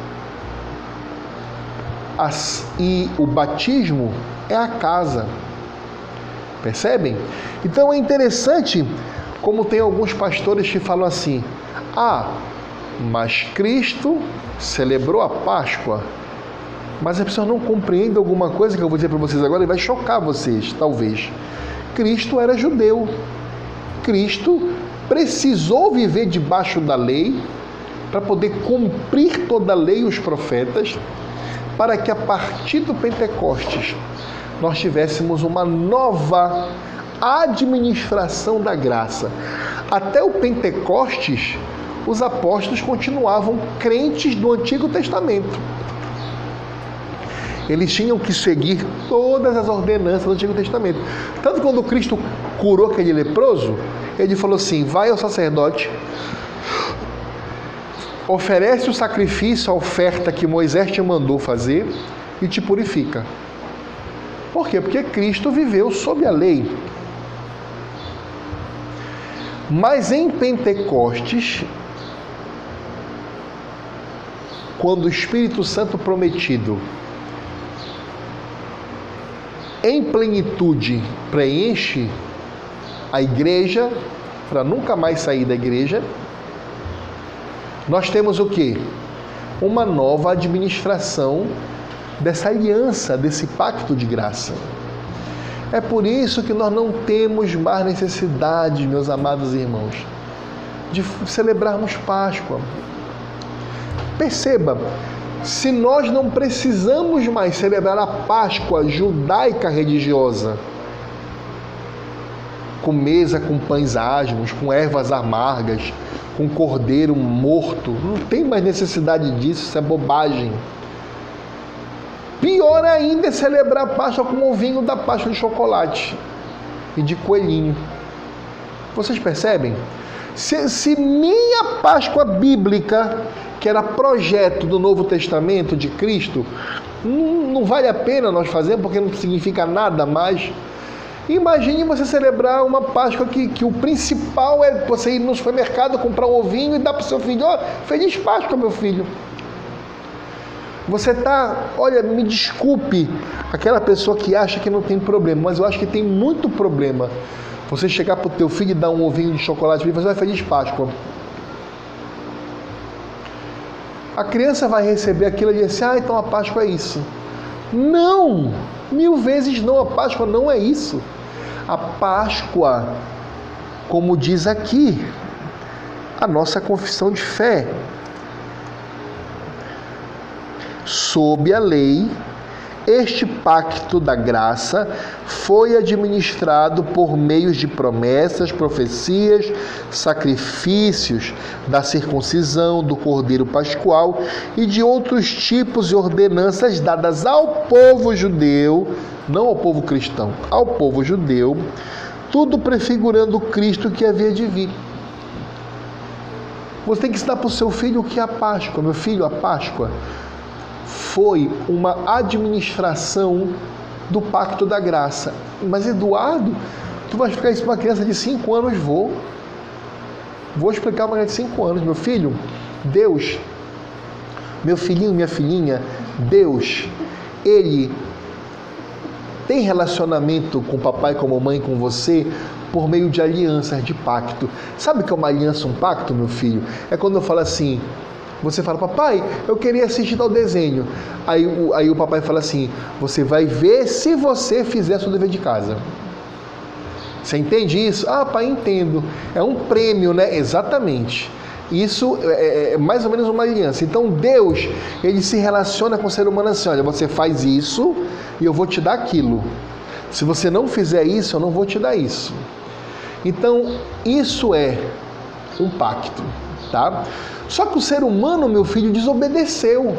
o batismo é a casa. Percebem? Então é interessante como tem alguns pastores que falam assim, mas Cristo celebrou a Páscoa. Mas a pessoa não compreende alguma coisa que eu vou dizer para vocês agora e vai chocar vocês, talvez. Cristo era judeu. Cristo precisou viver debaixo da lei para poder cumprir toda a lei e os profetas, para que a partir do Pentecostes nós tivéssemos uma nova administração da graça. Até o Pentecostes, os apóstolos continuavam crentes do Antigo Testamento. Eles tinham que seguir todas as ordenanças do Antigo Testamento. Tanto que quando Cristo curou aquele leproso, ele falou assim, vai ao sacerdote, oferece o sacrifício, a oferta que Moisés te mandou fazer e te purifica. Por quê? Porque Cristo viveu sob a lei. Mas em Pentecostes, quando o Espírito Santo prometido em plenitude preenche a igreja, para nunca mais sair da igreja, nós temos o quê? Uma nova administração dessa aliança, desse pacto de graça. É por isso que nós não temos mais necessidade, meus amados irmãos, de celebrarmos Páscoa. Perceba, se nós não precisamos mais celebrar a Páscoa judaica religiosa, com mesa com pães asmos, com ervas amargas, com cordeiro morto, não tem mais necessidade disso, isso é bobagem. Pior ainda é celebrar a Páscoa com o ovinho da Páscoa de chocolate e de coelhinho. Vocês percebem? Se nem a Páscoa bíblica, que era projeto do Novo Testamento de Cristo, não vale a pena nós fazermos, porque não significa nada mais. Imagine você celebrar uma Páscoa que o principal é você ir no supermercado, comprar um ovinho e dar para o seu filho, feliz Páscoa, meu filho. Você olha, me desculpe, aquela pessoa que acha que não tem problema, mas eu acho que tem muito problema. Você chegar para o teu filho e dar um ovinho de chocolate e fazer feliz Páscoa. A criança vai receber aquilo e dizer assim, então a Páscoa é isso. Não! 1000 vezes não, a Páscoa não é isso. A Páscoa, como diz aqui, a nossa confissão de fé, sob a lei, Este pacto da graça foi administrado por meios de promessas, profecias, sacrifícios, da circuncisão, do cordeiro pascual e de outros tipos e ordenanças dadas ao povo judeu, não ao povo cristão, ao povo judeu, tudo prefigurando o Cristo que havia de vir. Você tem que ensinar para o seu filho o que é a Páscoa. Meu filho, a Páscoa foi uma administração do pacto da graça. Mas, Eduardo, tu vai explicar isso para uma criança de 5 anos? Vou explicar para uma criança de 5 anos. Meu filho, Deus, meu filhinho, minha filhinha, Deus, Ele tem relacionamento com o papai, com a mamãe, com você, por meio de alianças, de pacto. Sabe o que é uma aliança, um pacto, meu filho? É quando eu falo assim, você fala, papai, eu queria assistir tal desenho. Aí o papai fala assim, você vai ver se você fizer seu dever de casa. Você entende isso? Ah, pai, entendo. É um prêmio, né? Exatamente. Isso é mais ou menos uma aliança. Então Deus, Ele se relaciona com o ser humano assim, olha, você faz isso e eu vou te dar aquilo. Se você não fizer isso, eu não vou te dar isso. Então, isso é um pacto, tá? Só que o ser humano, meu filho, desobedeceu.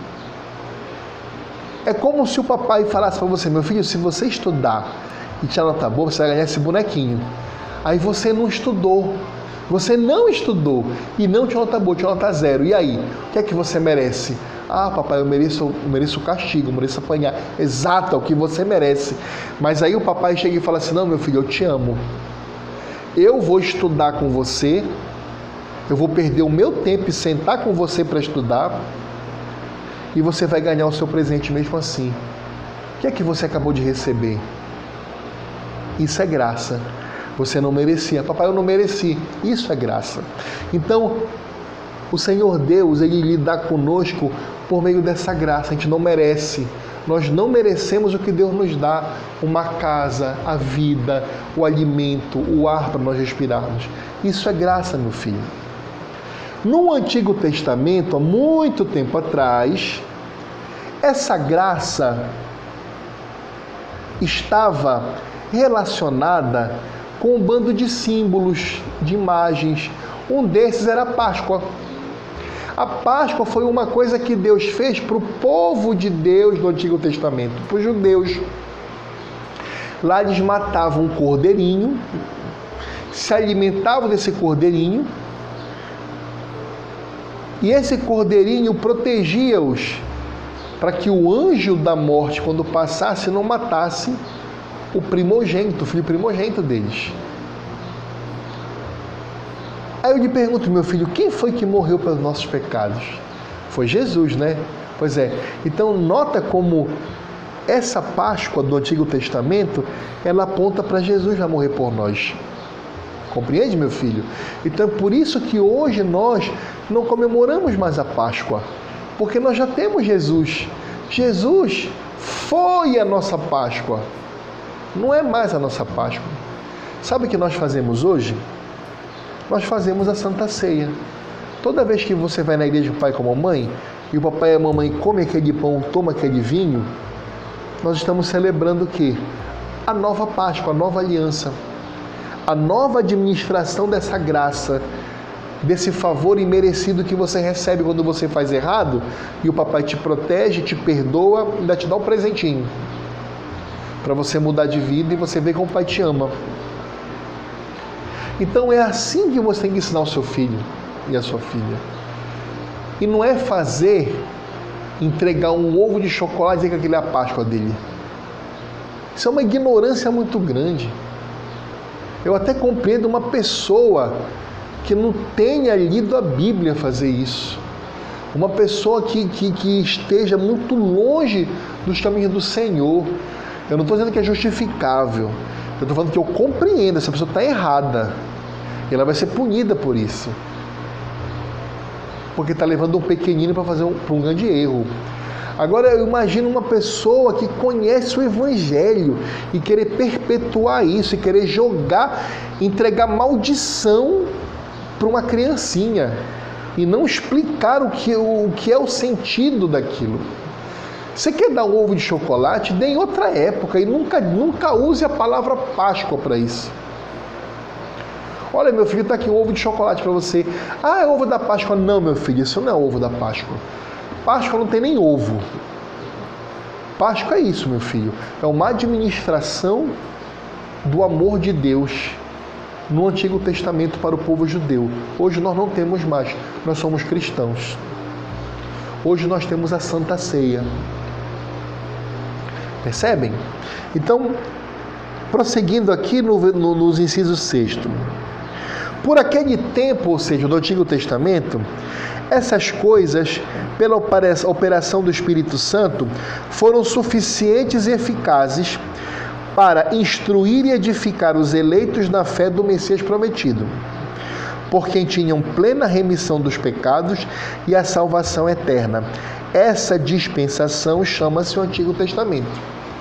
É como se o papai falasse para você, meu filho, se você estudar e tirar nota boa, você vai ganhar esse bonequinho. Aí você não estudou. Você não estudou e não tirou nota boa, tirou nota 0. E aí? O que é que você merece? Ah, papai, eu mereço castigo, eu mereço apanhar. Exato, é o que você merece. Mas aí o papai chega e fala assim, não, meu filho, eu te amo. Eu vou estudar com você, eu vou perder o meu tempo e sentar com você para estudar, e você vai ganhar o seu presente mesmo assim. O que é que você acabou de receber? Isso é graça. Você não merecia. Papai, eu não mereci. Isso é graça. Então, o Senhor Deus, Ele lida conosco por meio dessa graça. A gente não merece. Nós não merecemos o que Deus nos dá. Uma casa, a vida, o alimento, o ar para nós respirarmos. Isso é graça, meu filho. No Antigo Testamento, há muito tempo atrás, essa graça estava relacionada com um bando de símbolos, de imagens. Um desses era a Páscoa. A Páscoa foi uma coisa que Deus fez para o povo de Deus do Antigo Testamento, para os judeus. Lá eles matavam um cordeirinho, se alimentavam desse cordeirinho, e esse cordeirinho protegia-os para que o anjo da morte, quando passasse, não matasse o primogênito, o filho primogênito deles. Aí eu lhe pergunto, meu filho, quem foi que morreu pelos nossos pecados? Foi Jesus, né? Pois é. Então nota como essa Páscoa do Antigo Testamento, ela aponta para Jesus já morrer por nós. Compreende, meu filho? Então é por isso que hoje nós não comemoramos mais a Páscoa, porque nós já temos Jesus. Jesus foi a nossa Páscoa. Não é mais a nossa Páscoa. Sabe o que nós fazemos hoje? Nós fazemos a Santa Ceia. Toda vez que você vai na igreja com o pai e com a mamãe, e o papai e a mamãe comem aquele pão, tomam aquele vinho, nós estamos celebrando o quê? A nova Páscoa, a nova aliança. A nova administração dessa graça, desse favor imerecido que você recebe quando você faz errado, e o papai te protege, te perdoa, ainda te dá um presentinho para você mudar de vida e você ver como o pai te ama. Então é assim que você tem que ensinar o seu filho e a sua filha. E não é entregar um ovo de chocolate e dizer que aquilo é a Páscoa dele. Isso é uma ignorância muito grande. Eu até compreendo uma pessoa que não tenha lido a Bíblia fazer isso. Uma pessoa que esteja muito longe dos caminhos do Senhor. Eu não estou dizendo que é justificável. Eu estou falando que eu compreendo, essa pessoa está errada. E ela vai ser punida por isso. Porque está levando um pequenino para fazer um grande erro. Agora eu imagino uma pessoa que conhece o Evangelho e querer perpetuar isso, e querer entregar maldição para uma criancinha e não explicar o que é o sentido daquilo. Você quer dar um ovo de chocolate? Dê em outra época e nunca use a palavra Páscoa para isso. Olha, meu filho, está aqui um ovo de chocolate para você. Ah, é ovo da Páscoa. Não, meu filho, isso não é ovo da Páscoa. Páscoa não tem nem ovo. Páscoa é isso, meu filho. É uma administração do amor de Deus no Antigo Testamento para o povo judeu. Hoje nós não temos mais. Nós somos cristãos. Hoje nós temos a Santa Ceia. Percebem? Então, prosseguindo aqui nos incisos 6. Por aquele tempo, ou seja, do Antigo Testamento, essas coisas, pela operação do Espírito Santo, foram suficientes e eficazes para instruir e edificar os eleitos na fé do Messias prometido, por quem tinham plena remissão dos pecados e a salvação eterna. Essa dispensação chama-se o Antigo Testamento.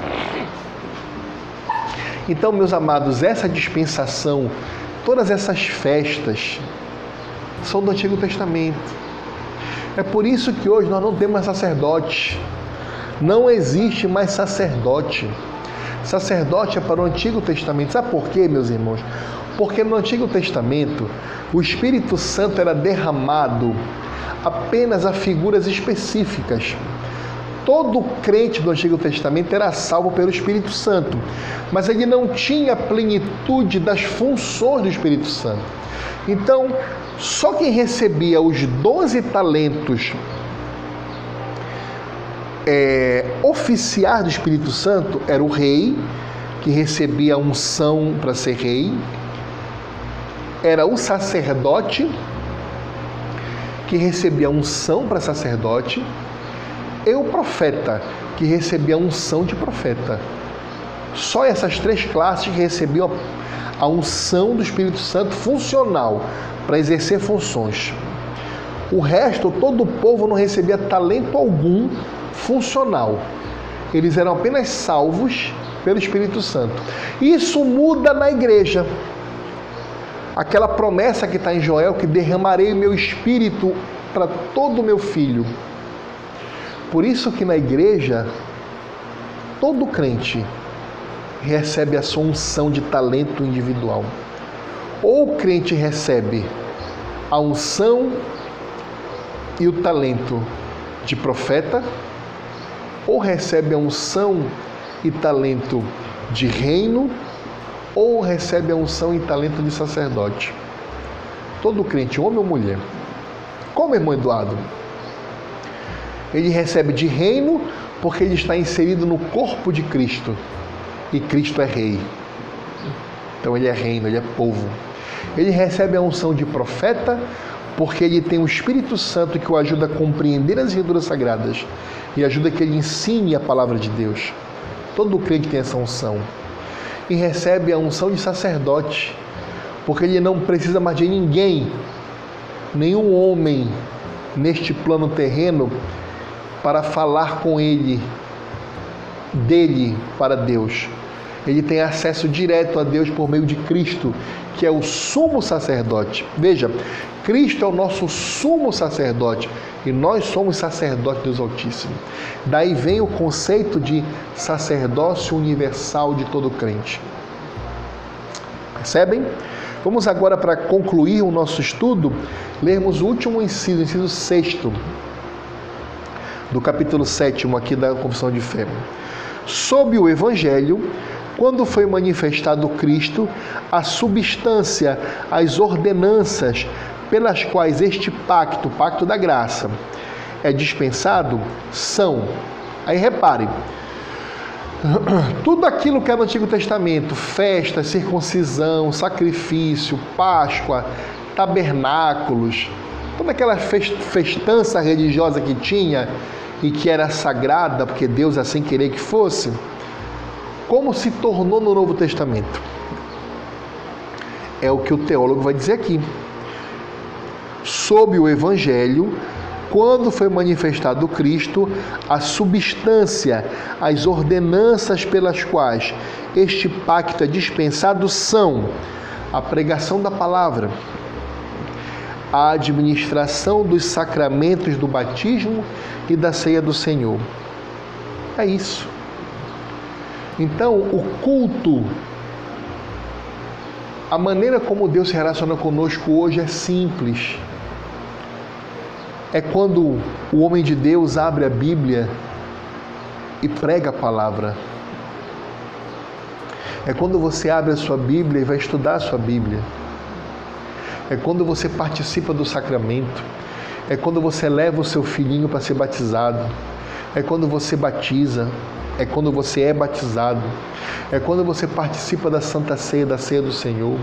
Então, meus amados, essa dispensação, todas essas festas, são do Antigo Testamento. É por isso que hoje nós não temos mais sacerdote. Não existe mais sacerdote. Sacerdote é para o Antigo Testamento. Sabe por quê, meus irmãos? Porque no Antigo Testamento, o Espírito Santo era derramado apenas a figuras específicas. Todo crente do Antigo Testamento era salvo pelo Espírito Santo, mas ele não tinha a plenitude das funções do Espírito Santo. Então, só quem recebia os 12 talentos oficiais do Espírito Santo era o rei, que recebia a unção para ser rei, era o sacerdote, que recebia a unção para sacerdote, e o profeta, que recebia a unção de profeta. Só essas três classes recebiam a unção do Espírito Santo funcional, para exercer funções. O resto, todo o povo não recebia talento algum funcional. Eles eram apenas salvos pelo Espírito Santo. Isso muda na igreja. Aquela promessa que está em Joel, que derramarei o meu Espírito para todo o meu filho. Por isso que na igreja, todo crente recebe a sua unção de talento individual. Ou o crente recebe a unção e o talento de profeta, ou recebe a unção e talento de reino, ou recebe a unção e talento de sacerdote. Todo crente, homem ou mulher. Como, irmão Eduardo? Ele recebe de reino porque ele está inserido no corpo de Cristo. E Cristo é rei. Então ele é reino, ele é povo. Ele recebe a unção de profeta porque ele tem o Espírito Santo que o ajuda a compreender as Escrituras Sagradas e ajuda que ele ensine a palavra de Deus. Todo crente tem essa unção. E recebe a unção de sacerdote porque ele não precisa mais de ninguém, nenhum homem neste plano terreno para falar com ele, dele para Deus. Ele tem acesso direto a Deus por meio de Cristo, que é o sumo sacerdote. Veja, Cristo é o nosso sumo sacerdote e nós somos sacerdotes de Deus Altíssimo. Daí vem o conceito de sacerdócio universal de todo crente. Percebem? Vamos agora, para concluir o nosso estudo, lermos o último inciso, o inciso 6º, do capítulo 7º aqui da Confissão de Fé. Sob o Evangelho, quando foi manifestado Cristo, a substância, as ordenanças pelas quais este pacto, o pacto da graça, é dispensado, são, aí repare, tudo aquilo que é no Antigo Testamento, festa, circuncisão, sacrifício, Páscoa, tabernáculos, toda aquela festança religiosa que tinha e que era sagrada, porque Deus assim queria que fosse, como se tornou no Novo Testamento? É o que o teólogo vai dizer aqui. Sob o Evangelho, quando foi manifestado Cristo, a substância, as ordenanças pelas quais este pacto é dispensado são a pregação da palavra, a administração dos sacramentos do batismo e da ceia do Senhor, É isso. Então, o culto, a maneira como Deus se relaciona conosco hoje é simples. É quando o homem de Deus abre a Bíblia e prega a palavra. É quando você abre a sua Bíblia e vai estudar a sua Bíblia. É quando você participa do sacramento. É quando você leva o seu filhinho para ser batizado. É quando você batiza. É quando você é batizado. É quando você participa da Santa Ceia, da Ceia do Senhor.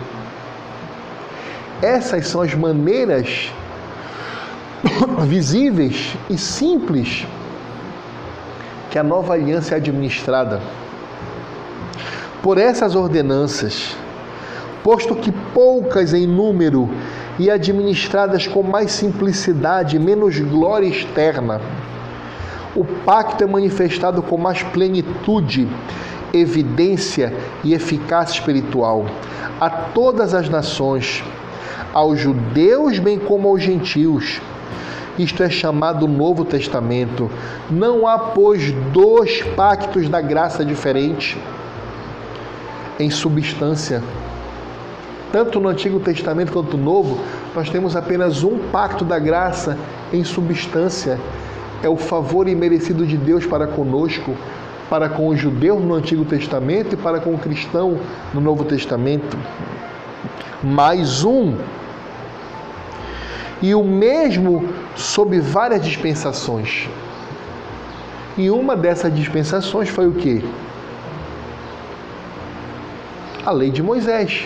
Essas são as maneiras visíveis e simples que a nova aliança é administrada. Por essas ordenanças, posto que poucas em número e administradas com mais simplicidade e menos glória externa, o pacto é manifestado com mais plenitude, evidência e eficácia espiritual a todas as nações, aos judeus bem como aos gentios. Isto é chamado Novo Testamento. Não há, pois, dois pactos da graça diferentes em substância. Tanto no Antigo Testamento quanto no Novo, nós temos apenas um pacto da graça em substância. É o favor imerecido de Deus para conosco, para com o judeu no Antigo Testamento e para com o cristão no Novo Testamento. Mais um. E o mesmo sob várias dispensações. E uma dessas dispensações foi o quê? A lei de Moisés.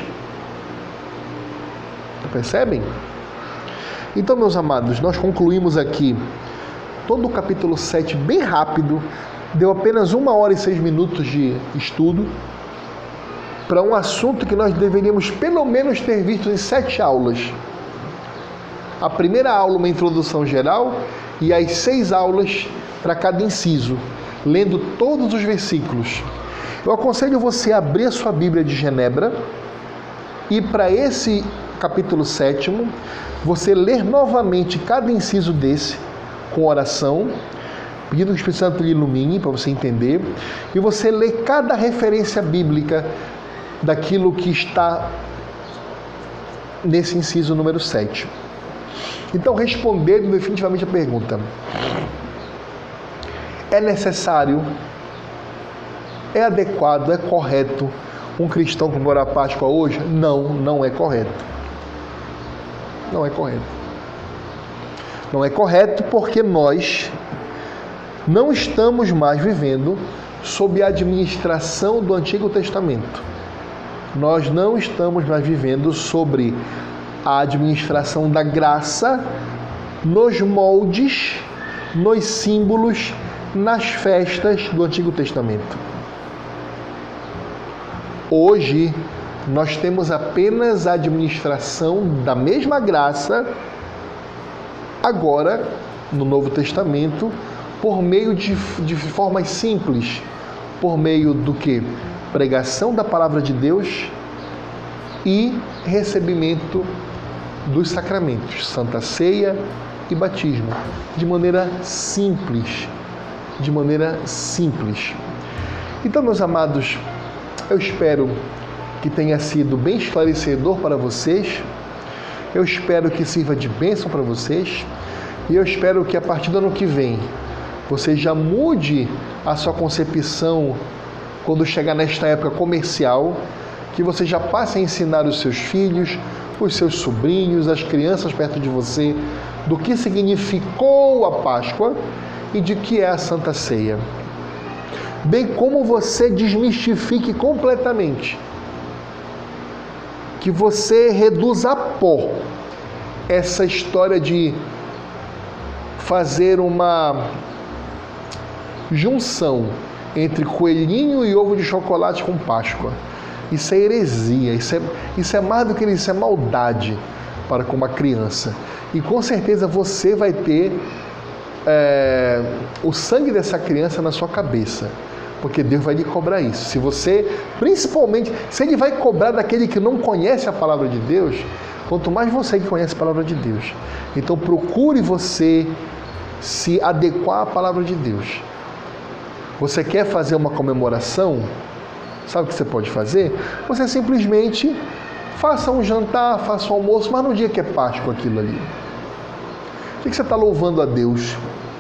Percebem? Então, meus amados, nós concluímos aqui todo o capítulo 7 bem rápido. Deu apenas 1 hora e 6 minutos de estudo para um assunto que nós deveríamos pelo menos ter visto em 7 aulas. A primeira aula, uma introdução geral, e as 6 aulas para cada inciso, lendo todos os versículos. Eu aconselho você a abrir a sua Bíblia de Genebra e para esse capítulo 7, você ler novamente cada inciso desse com oração, pedindo que o Espírito Santo lhe ilumine para você entender, e você ler cada referência bíblica daquilo que está nesse inciso número 7. Então, respondendo definitivamente a pergunta: é necessário, é adequado, é correto um cristão comemorar a Páscoa hoje? Não, não é correto. Não é correto. Não é correto porque nós não estamos mais vivendo sob a administração do Antigo Testamento. Nós não estamos mais vivendo sobre a administração da graça nos moldes, nos símbolos, nas festas do Antigo Testamento. Hoje, nós temos apenas a administração da mesma graça, agora, no Novo Testamento, por meio de formas simples, por meio do que? Pregação da Palavra de Deus e recebimento dos sacramentos, Santa Ceia e batismo, de maneira simples, Então, meus amados, eu espero que tenha sido bem esclarecedor para vocês, eu espero que sirva de bênção para vocês, e eu espero que a partir do ano que vem, você já mude a sua concepção quando chegar nesta época comercial, que você já passe a ensinar os seus filhos, os seus sobrinhos, as crianças perto de você, do que significou a Páscoa e de que é a Santa Ceia. Bem como você desmistifique completamente, que você reduza a pó essa história de fazer uma junção entre coelhinho e ovo de chocolate com Páscoa. Isso é heresia, isso é mais do que isso, é maldade para com uma criança. E com certeza você vai ter o sangue dessa criança na sua cabeça, porque Deus vai lhe cobrar isso. Se você, principalmente, se Ele vai cobrar daquele que não conhece a palavra de Deus, quanto mais você que conhece a palavra de Deus. Então procure você se adequar à palavra de Deus. Você quer fazer uma comemoração? Sabe o que você pode fazer? Você simplesmente faça um jantar, faça um almoço, mas no dia que é Páscoa aquilo ali. O que você está louvando a Deus?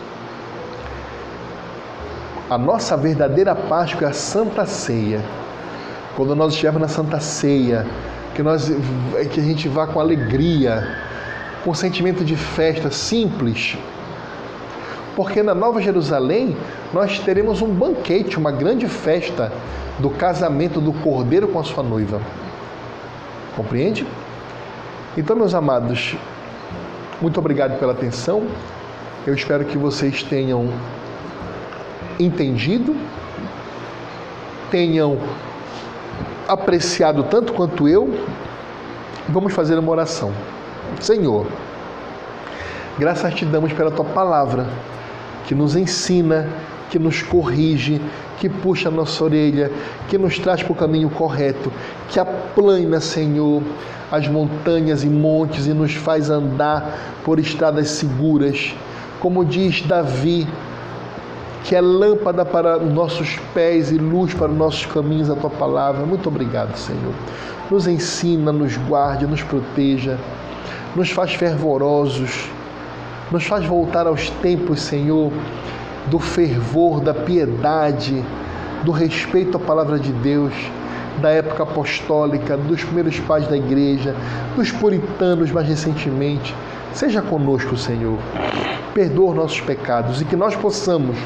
A nossa verdadeira Páscoa é a Santa Ceia. Quando nós estivermos na Santa Ceia, que a gente vá com alegria, com sentimento de festa simples, porque na Nova Jerusalém nós teremos um banquete, uma grande festa do casamento do Cordeiro com a sua noiva. Compreende? Então, meus amados, muito obrigado pela atenção. Eu espero que vocês tenham entendido, tenham apreciado tanto quanto eu. Vamos fazer uma oração. Senhor, graças te damos pela tua palavra, que nos ensina, que nos corrige, que puxa a nossa orelha, que nos traz para o caminho correto, que aplana, Senhor, as montanhas e montes e nos faz andar por estradas seguras. Como diz Davi, que é lâmpada para nossos pés e luz para os nossos caminhos a tua palavra. Muito obrigado, Senhor. Nos ensina, nos guarde, nos proteja, nos faz fervorosos, nos faz voltar aos tempos, Senhor, do fervor, da piedade, do respeito à palavra de Deus, da época apostólica, dos primeiros pais da igreja, dos puritanos mais recentemente. Seja conosco, Senhor. Perdoa os nossos pecados e que nós possamos,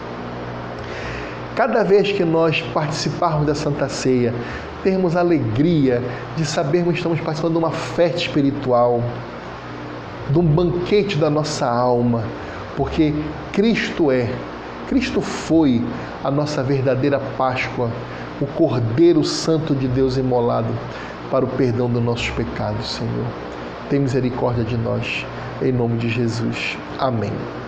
cada vez que nós participarmos da Santa Ceia, termos a alegria de sabermos que estamos participando de uma festa espiritual, de um banquete da nossa alma, porque Cristo foi a nossa verdadeira Páscoa, o Cordeiro Santo de Deus imolado para o perdão dos nossos pecados, Senhor. Tem misericórdia de nós, em nome de Jesus. Amém.